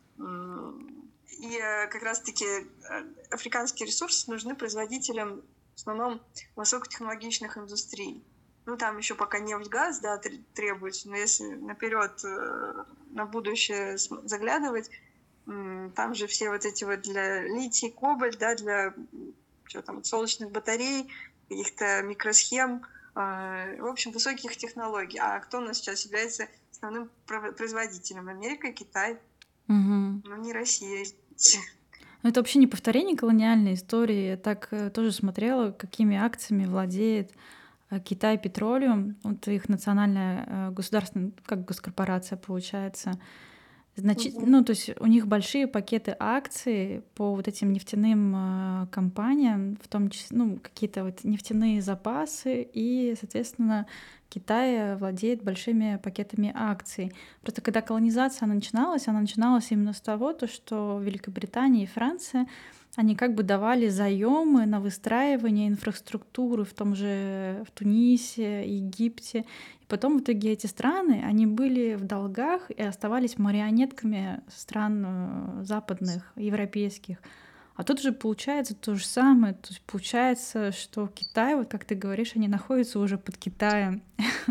И как раз-таки африканские ресурсы нужны производителям в основном высокотехнологичных индустрий. Ну, там еще пока нефть, газ, да, требуется, но если наперед на будущее заглядывать, там же все вот эти вот для литий, кобальт, да, для что там, солнечных батарей, каких-то микросхем, в общем, высоких технологий. А кто у нас сейчас является основным производителем? Америка, Китай, но не Россия. Это вообще не повторение колониальной истории. Я так тоже смотрела, какими акциями владеет Китай Петролиум. Вот их национальная государственная, как госкорпорация получается. Ну, то есть у них большие пакеты акций по вот этим нефтяным компаниям, в том числе, ну, какие-то вот нефтяные запасы, и, соответственно, Китай владеет большими пакетами акций. Просто когда колонизация она начиналась именно с того, что Великобритания и Франция, они как бы давали заемы на выстраивание инфраструктуры в том же в Тунисе, Египте. И потом в итоге эти страны, они были в долгах и оставались марионетками стран западных, европейских. А тут же получается то же самое. То есть получается, что Китай, вот как ты говоришь, они находятся уже под Китаем.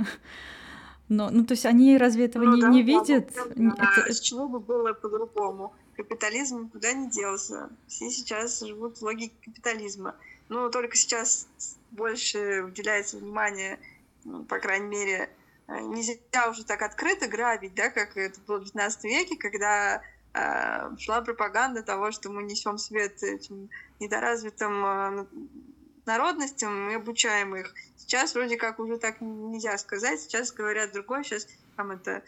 Но, ну, то есть они разве этого не видят? С чего бы было по-другому? Капитализм никуда не делся. Все сейчас живут в логике капитализма. Но только сейчас больше уделяется внимание, ну, по крайней мере, нельзя уже так открыто грабить, да, как это было в 19 веке, когда шла пропаганда того, что мы несем свет этим недоразвитым народностям и обучаем их. Сейчас вроде как уже так нельзя сказать. Сейчас говорят другое. Сейчас там это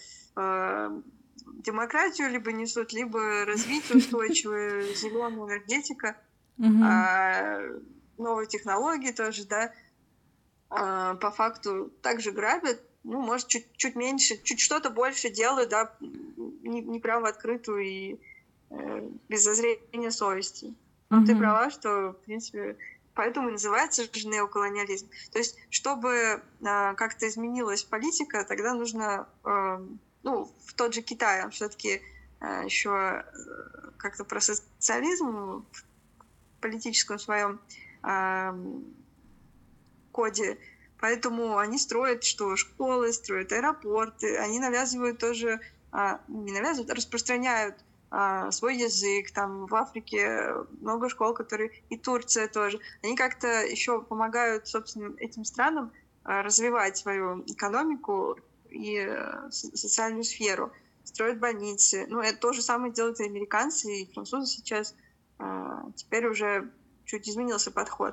демократию либо несут, либо развитие устойчивое, зеленая энергетика, новые технологии тоже, да. по факту также грабят, ну, может, чуть меньше, чуть что-то больше делают, да, не прям в открытую и без зазрения совести. Но ты права, что, в принципе, поэтому и называется же неоколониализм. То есть, чтобы как-то изменилась политика, тогда нужно, ну, в тот же Китай, он все-таки еще как-то про социализм в политическом своем коде. Поэтому они строят что? Школы, строят аэропорты. Они навязывают тоже, не навязывают, а распространяют свой язык. Там в Африке много школ, которые... И Турция тоже. Они как-то еще помогают, собственно, этим странам развивать свою экономику и социальную сферу. Строят больницы. Ну, это то же самое делают и американцы, и французы сейчас. Теперь уже чуть изменился подход.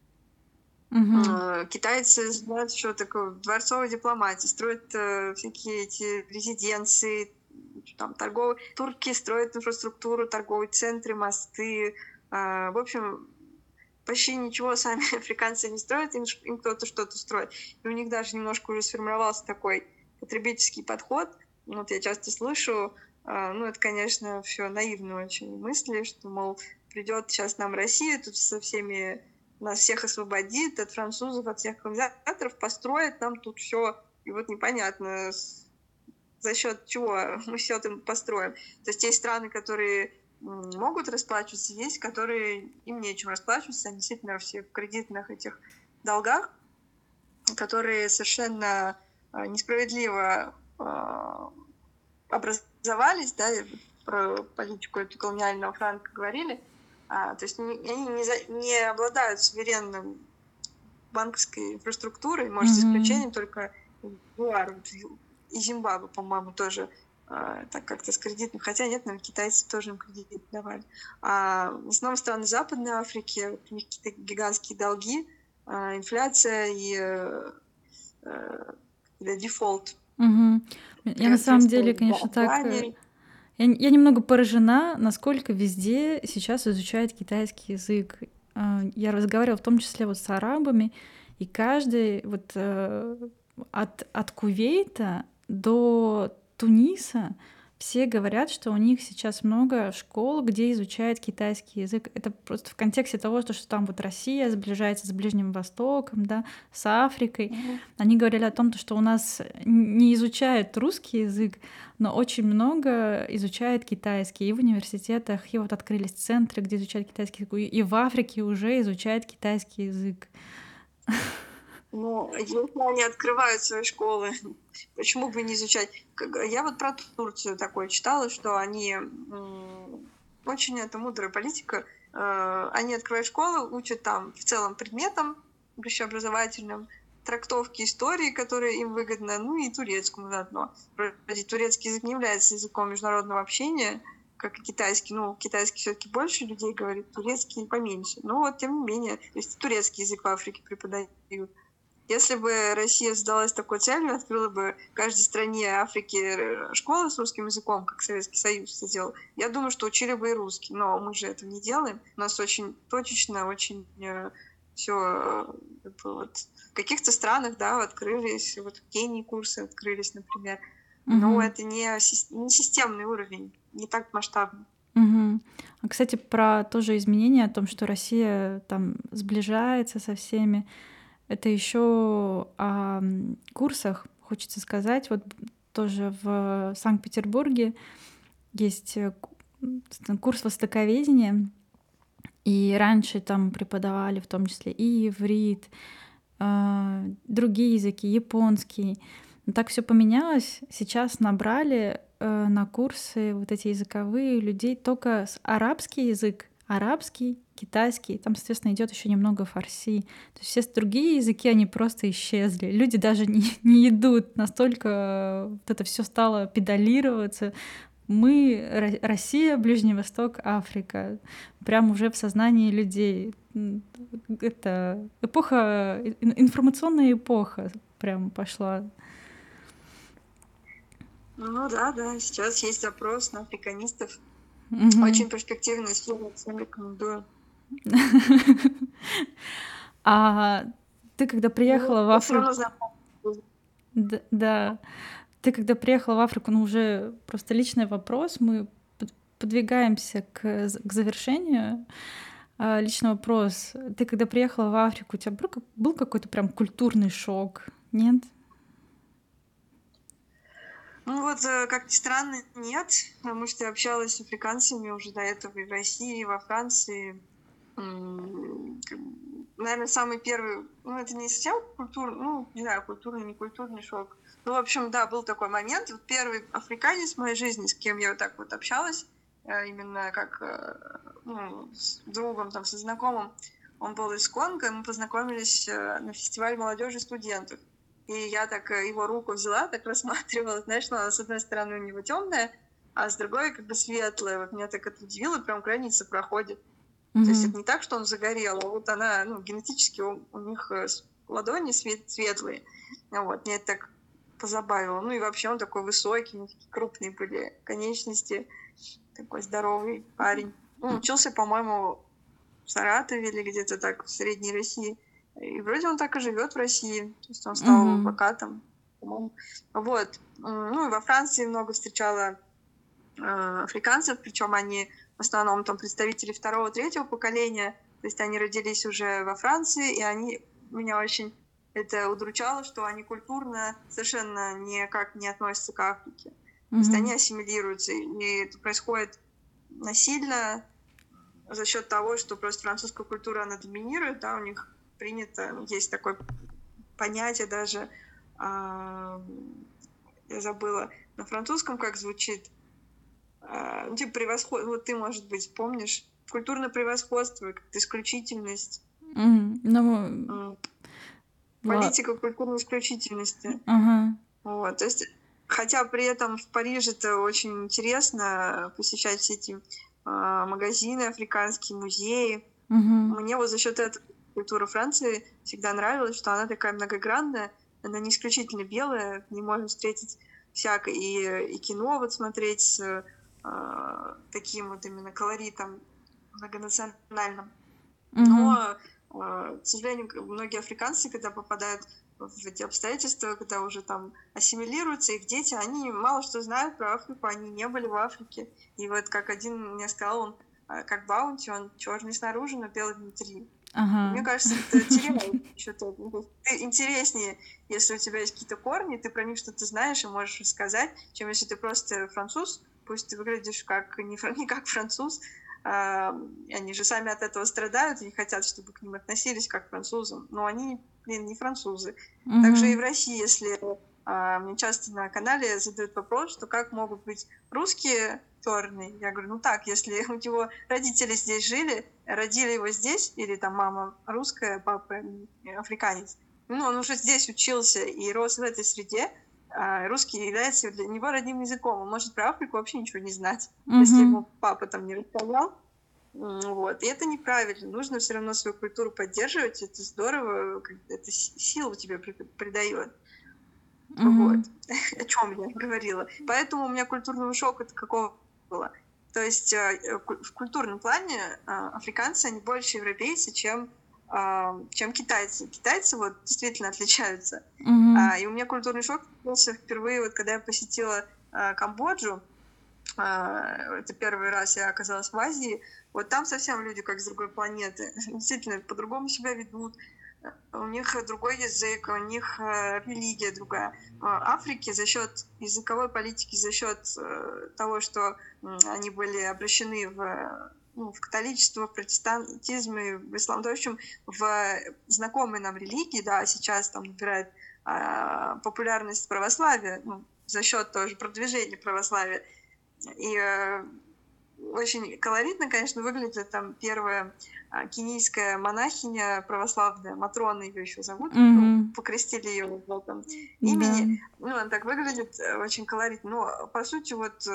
Китайцы знают, что такое дворцовая дипломатия, строят всякие эти резиденции, там, торговые. Турки строят инфраструктуру, торговые центры, мосты. В общем, почти ничего сами африканцы не строят, им кто-то что-то строит. И у них даже немножко уже сформировался такой потребительский подход. Вот я часто слышу, ну, это, конечно, все наивные очень мысли, что, мол, придет сейчас нам Россия, тут со всеми нас всех освободит от французов, от всех колонизаторов, построит нам тут все. И вот непонятно, за счет чего мы все это построим. То есть есть страны, которые могут расплачиваться, есть, которые им нечем расплачиваться, они действительно все в кредитных этих долгах, которые совершенно несправедливо образовались, да, про политику эту колониального Франка говорили. То есть они не обладают суверенным банковской инфраструктурой, может, с исключением только ЮАР и Зимбабве, по-моему, тоже так как-то с кредитом. Хотя нет, наверное, китайцы тоже им кредит давали. В основном страны Западной Африки, у них какие-то гигантские долги, инфляция и дефолт. Я на самом деле, конечно, так... Я немного поражена, насколько везде сейчас изучают китайский язык. Я разговаривала в том числе вот с арабами, и каждый вот от Кувейта до Туниса все говорят, что у них сейчас много школ, где изучают китайский язык. Это просто в контексте того, что там вот Россия сближается с Ближним Востоком, да, с Африкой. Они говорили о том, что у нас не изучают русский язык, но очень много изучают китайский. И в университетах, и вот открылись центры, где изучают китайский язык, и в Африке уже изучают китайский язык. Ну, если они открывают свои школы, почему бы не изучать? Я вот про Турцию такое читала, что они очень это мудрая политика. Они открывают школы, учат там в целом предметам общеобразовательным, трактовки истории, которые им выгодны, ну и турецкому заодно. Вроде турецкий язык не является языком международного общения, как и китайский. Ну, китайский все-таки больше людей говорит, турецкий поменьше. Но вот тем не менее, то есть турецкий язык в Африке преподают. Если бы Россия задалась такой целью, открыла бы в каждой стране Африки школы с русским языком, как Советский Союз это делал, я думаю, что учили бы и русский. Но мы же этого не делаем. У нас очень точечно, очень все вот, в каких-то странах, да, открылись, вот в Кении курсы открылись, например. Но это не системный уровень, не так масштабный. А, кстати, про тоже изменения о том, что Россия там сближается со всеми. Это еще о курсах, хочется сказать. Вот тоже в Санкт-Петербурге есть курс востоковедения, и раньше там преподавали в том числе и иврит, другие языки, японский. Но так все поменялось. Сейчас набрали на курсы вот эти языковые людей только арабский язык, арабский, китайский, там, соответственно, идет еще немного фарси. То есть все другие языки, они просто исчезли. Люди даже не идут, настолько вот это все стало педалироваться. Мы, Россия, Ближний Восток, Африка. Прям уже в сознании людей. Это эпоха, информационная эпоха прям пошла. Ну да, сейчас есть запрос на африканистов. Очень перспективная сфера, всем рекомендую. А Ты когда Ну, приехала в я все равно Африку, знаю. да, ты когда приехала в Африку, ну уже просто личный вопрос, мы подвигаемся к завершению. Личный вопрос. Ты когда приехала в Африку, у тебя был какой-то прям культурный шок? Нет? Ну вот, как ни странно, нет, потому что я общалась с африканцами уже до этого и в России, и во Франции. Наверное, самый первый, ну, это не совсем культурный, ну, не знаю, культурный, не культурный шок. Ну, в общем, да, был такой момент. Вот первый африканец в моей жизни, с кем я вот так вот общалась, именно как ну, с другом, там, со знакомым, он был из Конго, мы познакомились на фестивале молодежи и студентов. И я так его руку взяла, так рассматривала, знаешь, ну, она, с одной стороны, у него темная, а с другой как бы светлая. Вот меня так это удивило, прям граница проходит. То есть это не так, что он загорел, а вот она, ну, генетически у них ладони светлые. Вот, меня это так позабавило. Ну и вообще он такой высокий, такие крупные были конечности, такой здоровый парень. Ну, учился, по-моему, в Саратове или где-то так, в Средней России. И вроде он так и живет в России. То есть он стал адвокатом, по-моему. Вот. Ну и во Франции много встречала африканцев, причем они в основном там представители второго, третьего поколения, то есть они родились уже во Франции, и они меня очень это удручало, что они культурно совершенно никак не относятся к Африке. То есть они ассимилируются, и это происходит насильно за счет того, что просто французская культура, она доминирует, да, у них принято, есть такое понятие даже, я забыла на французском, как звучит, типа превосходство, вот ты, может быть, помнишь, культурное превосходство, как-то исключительность, политика культурной исключительности. Вот, то есть, хотя при этом в Париже-то очень интересно посещать все эти магазины, африканские музеи. Мне вот за счет этого культура Франции всегда нравилась, что она такая многогранная, она не исключительно белая, в ней можно встретить всякое, и кино вот смотреть с таким вот именно колоритом многонациональным. Но, к сожалению, многие африканцы, когда попадают в эти обстоятельства, когда уже там ассимилируются, их дети, они мало что знают про Африку, они не были в Африке. И вот как один мне сказал, он как Баунти, он черный снаружи, но белый внутри. Мне кажется, это теряет что-то. Ты интереснее, если у тебя есть какие-то корни, ты про них что-то знаешь и можешь рассказать, чем если ты просто француз, пусть ты выглядишь как не как француз, они же сами от этого страдают и не хотят, чтобы к ним относились как к французам, но они, не французы. Также и в России, если мне часто на канале задают вопрос, что как могут быть русские черные. Я говорю, ну так, если у него родители здесь жили, родили его здесь, или там мама русская, папа африканец, ну он уже здесь учился и рос в этой среде, русский является для него родным языком. Он может про Африку вообще ничего не знать, если ему папа там не рассказал. Вот. И это неправильно. Нужно все равно свою культуру поддерживать. Это здорово, это силу тебе придает. Вот. О чем я говорила. Поэтому у меня культурного шока какого было. То есть в культурном плане африканцы, они больше европейцы, чем китайцы. Китайцы вот действительно отличаются. И у меня культурный шок случился впервые, вот когда я посетила Камбоджу. Это первый раз я оказалась в Азии. Вот там совсем люди как с другой планеты. Действительно, по-другому себя ведут. У них другой язык, у них религия другая. В Африке за счет языковой политики, за счет того, что они были обращены в католичество, в протестантизм и в ислам, в общем, в знакомые нам религии, да, сейчас там набирает популярность православия, за счет тоже продвижения православия. И очень колоритно, конечно, выглядит там первая кенийская монахиня православная, Матрона ее еще зовут, покрестили ее в этом имени. Ну, она так выглядит очень колоритно. Но, по сути, вот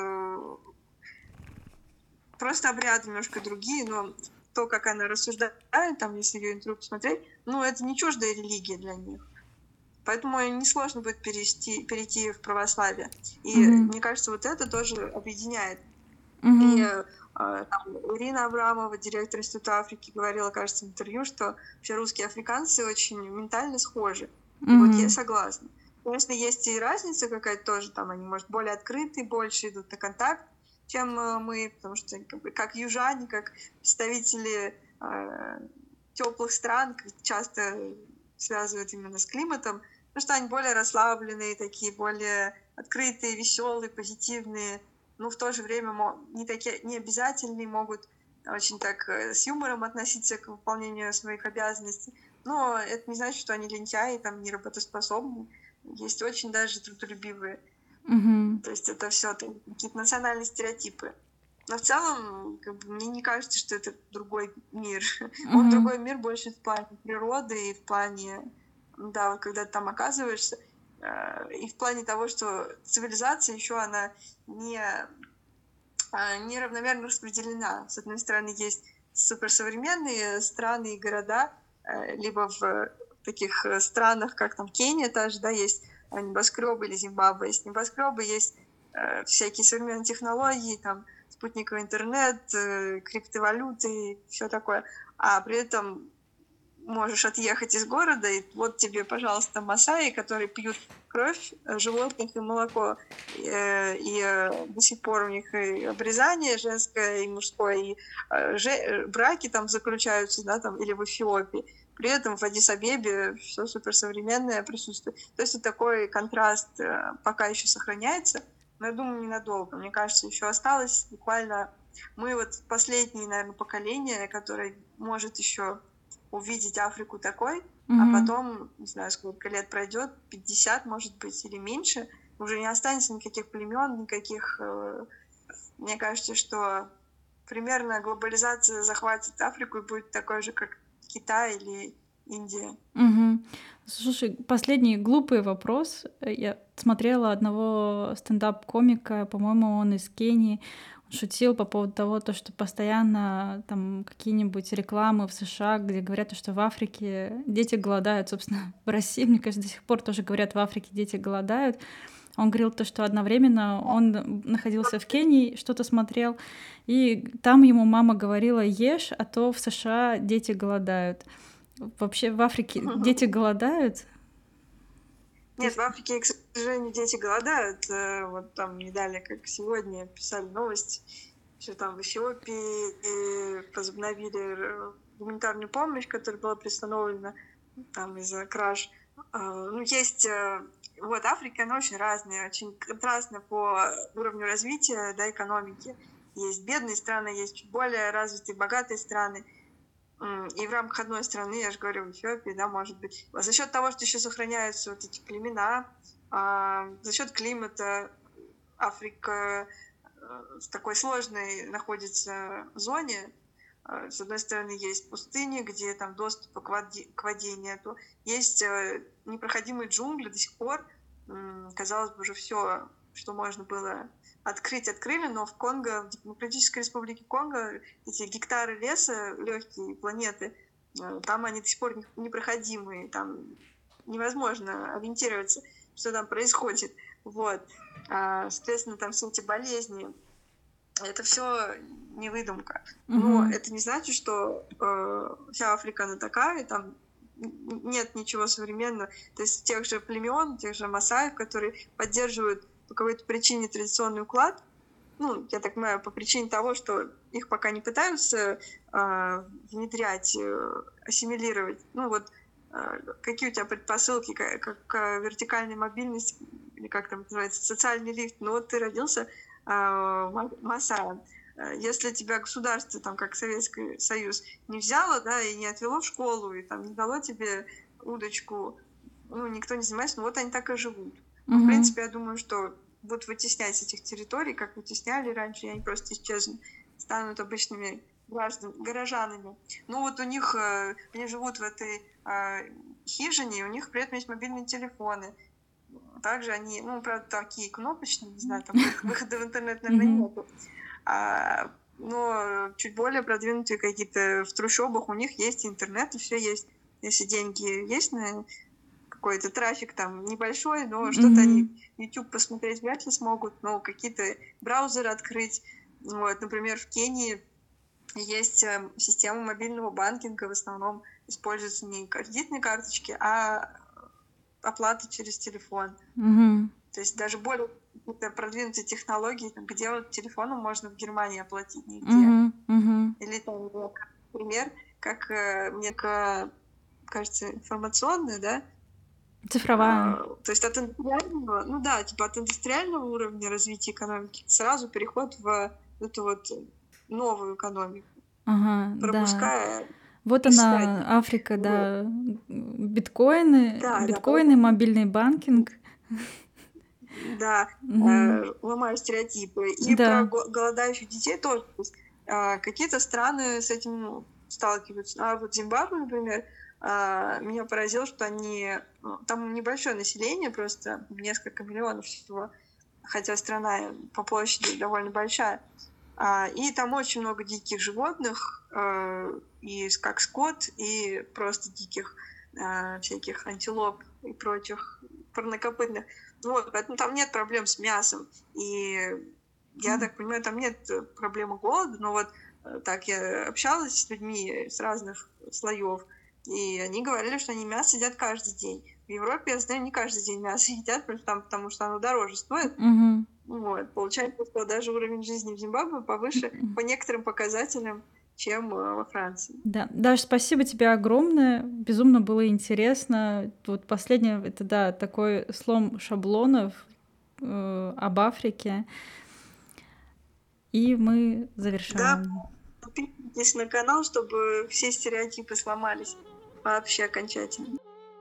просто обряды немножко другие, но то, как она рассуждает, там, если ее интервью смотреть, это не чуждая религия для них. Поэтому несложно будет перейти в православие. И мне кажется, вот это тоже объединяет. И Там Ирина Абрамова, директор Института Африки, говорила, кажется, в интервью, что вообще русские и африканцы очень ментально схожи. И вот я согласна. Конечно, есть и разница какая-то тоже, там они, может, более открыты, больше идут на контакт, чем мы, потому что как южане, как представители теплых стран, часто связывают именно с климатом, потому что они более расслабленные, такие более открытые, веселые, позитивные, но в то же время не обязательные, могут очень так с юмором относиться к выполнению своих обязанностей. Но это не значит, что они лентяи, там, не работоспособны. Есть очень даже трудолюбивые. То есть это все какие-то национальные стереотипы. Но в целом, мне не кажется, что это другой мир. Он другой мир больше в плане природы и в плане, да, вот когда ты там оказываешься, и в плане того, что цивилизация еще она неравномерно распределена. С одной стороны, есть суперсовременные страны и города, либо в таких странах, как там Кения, даже, да, есть небоскребы, или Зимбабве есть небоскребы, есть всякие современные технологии, там спутниковый интернет, криптовалюты и все такое. А при этом можешь отъехать из города, и вот тебе, пожалуйста, масаи, которые пьют кровь животных и молоко, и до сих пор у них и обрезание женское и мужское, и браки там заключаются, да, там, или в Эфиопии. При этом в Аддис-Абебе все суперсовременное присутствует. То есть вот такой контраст пока еще сохраняется, но я думаю, ненадолго. Мне кажется, еще осталось буквально... Мы вот последнее, наверное, поколение, которое может еще увидеть Африку такой, а потом, не знаю, сколько лет пройдет, 50, может быть, или меньше, уже не останется никаких племен, никаких... Мне кажется, что примерно глобализация захватит Африку и будет такой же, как Китай или Индия. Слушай, последний глупый вопрос. Я смотрела одного стендап-комика, по-моему, он из Кении. Он шутил по поводу того, что постоянно там какие-нибудь рекламы в США, где говорят, что в Африке дети голодают. Собственно, в России, мне кажется, до сих пор тоже говорят, в Африке дети голодают. Он говорил что одновременно он находился в Кении, что-то смотрел, и там ему мама говорила: ешь, а то в США дети голодают. Вообще в Африке дети голодают? Нет, в Африке, к сожалению, дети голодают. Вот там не далее, как сегодня, писали новости, что там в Эфиопии возобновили гуманитарную помощь, которая была приостановлена там из-за краж. Ну, есть... Вот Африка, она очень разная, очень контрастна по уровню развития, да, экономики. Есть бедные страны, есть чуть более развитые, богатые страны. И в рамках одной страны, я же говорю, в Эфиопии, да, может быть, за счет того, что еще сохраняются вот эти племена, за счет климата Африка в такой сложной находится зоне. С одной стороны, есть пустыни, где там доступа к воде нету. Есть непроходимые джунгли до сих пор. Казалось бы, уже все, что можно было открыть, открыли, но в Конго, в Демократической Республике Конго, эти гектары леса, легкие планеты, там они до сих пор непроходимые, там невозможно ориентироваться, что там происходит. Вот. Соответственно, там все эти болезни, это все не выдумка. Но это не значит, что вся Африка, она такая, там нет ничего современного. То есть тех же племен, тех же масаев, которые поддерживают по какой-то причине традиционный уклад, ну, я так понимаю, по причине того, что их пока не пытаются внедрять, ассимилировать. Ну вот, какие у тебя предпосылки к вертикальной мобильности, или как там называется, социальный лифт. Ну вот ты родился масаем. Если тебя государство, там, как Советский Союз, не взяло, да, и не отвело в школу, и там не дало тебе удочку, ну, никто не занимается, ну вот они так и живут. В принципе, я думаю, что будут вытеснять с этих территорий, как вытесняли раньше, и они просто исчезнут, станут обычными горожанами. Ну вот у них, они живут в этой хижине, и у них при этом есть мобильные телефоны. Также они, ну, правда, такие кнопочные, не знаю, там выхода в интернет, наверное, нету. Но чуть более продвинутые какие-то в трущобах, у них есть интернет, и все есть. Если деньги есть на какой-то трафик там небольшой, но что-то они YouTube посмотреть вряд ли смогут, но какие-то браузеры открыть, Вот, например, в Кении есть система мобильного банкинга, в основном используются не кредитные карточки, а оплата через телефон. Мгм. То есть даже более какие-то продвинутые технологии, там, где вот телефоном можно в Германии оплатить нигде. Мгм. Мгм. Или там, например, как мне кажется, информационная, да, Цифровая. то есть от индустриального, ну да, типа от индустриального уровня развития экономики сразу переход в эту вот новую экономику, Ага, да. пропуская Вот и она, стадии. Африка, Вот. да. Биткоины, Да, биткоины, мобильный банкинг. да, Мгм. ломаю стереотипы. И про Да. голодающих детей тоже. То есть, какие-то страны с этим сталкиваются. А вот Зимбабве, например, меня поразило, что они... Там небольшое население, просто несколько миллионов всего, хотя страна по площади довольно большая. И там очень много диких животных, и как скот, и просто диких всяких антилоп и прочих парнокопытных. Вот, поэтому там нет проблем с мясом. И я так понимаю, там нет проблемы голода, но вот так я общалась с людьми с разных слоев, и они говорили, что они мясо едят каждый день. В Европе, я знаю, не каждый день мясо едят, потому что оно дороже стоит. Мгм. Вот. Получается, что даже уровень жизни в Зимбабве повыше по некоторым показателям, чем во Франции. Да, Даш, спасибо тебе огромное. Безумно было интересно. Вот последнее, это да, такой слом шаблонов об Африке. И мы Да, завершаем. подписывайтесь на канал, чтобы все стереотипы сломались вообще окончательно.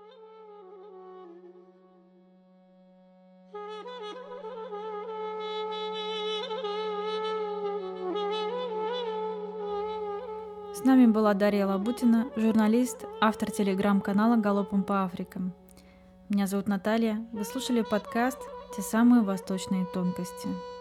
С нами была Дарья Лабутина, журналист, автор телеграм-канала «Галопом по Африкам». Меня зовут Наталья. Вы слушали подкаст «Те самые восточные тонкости».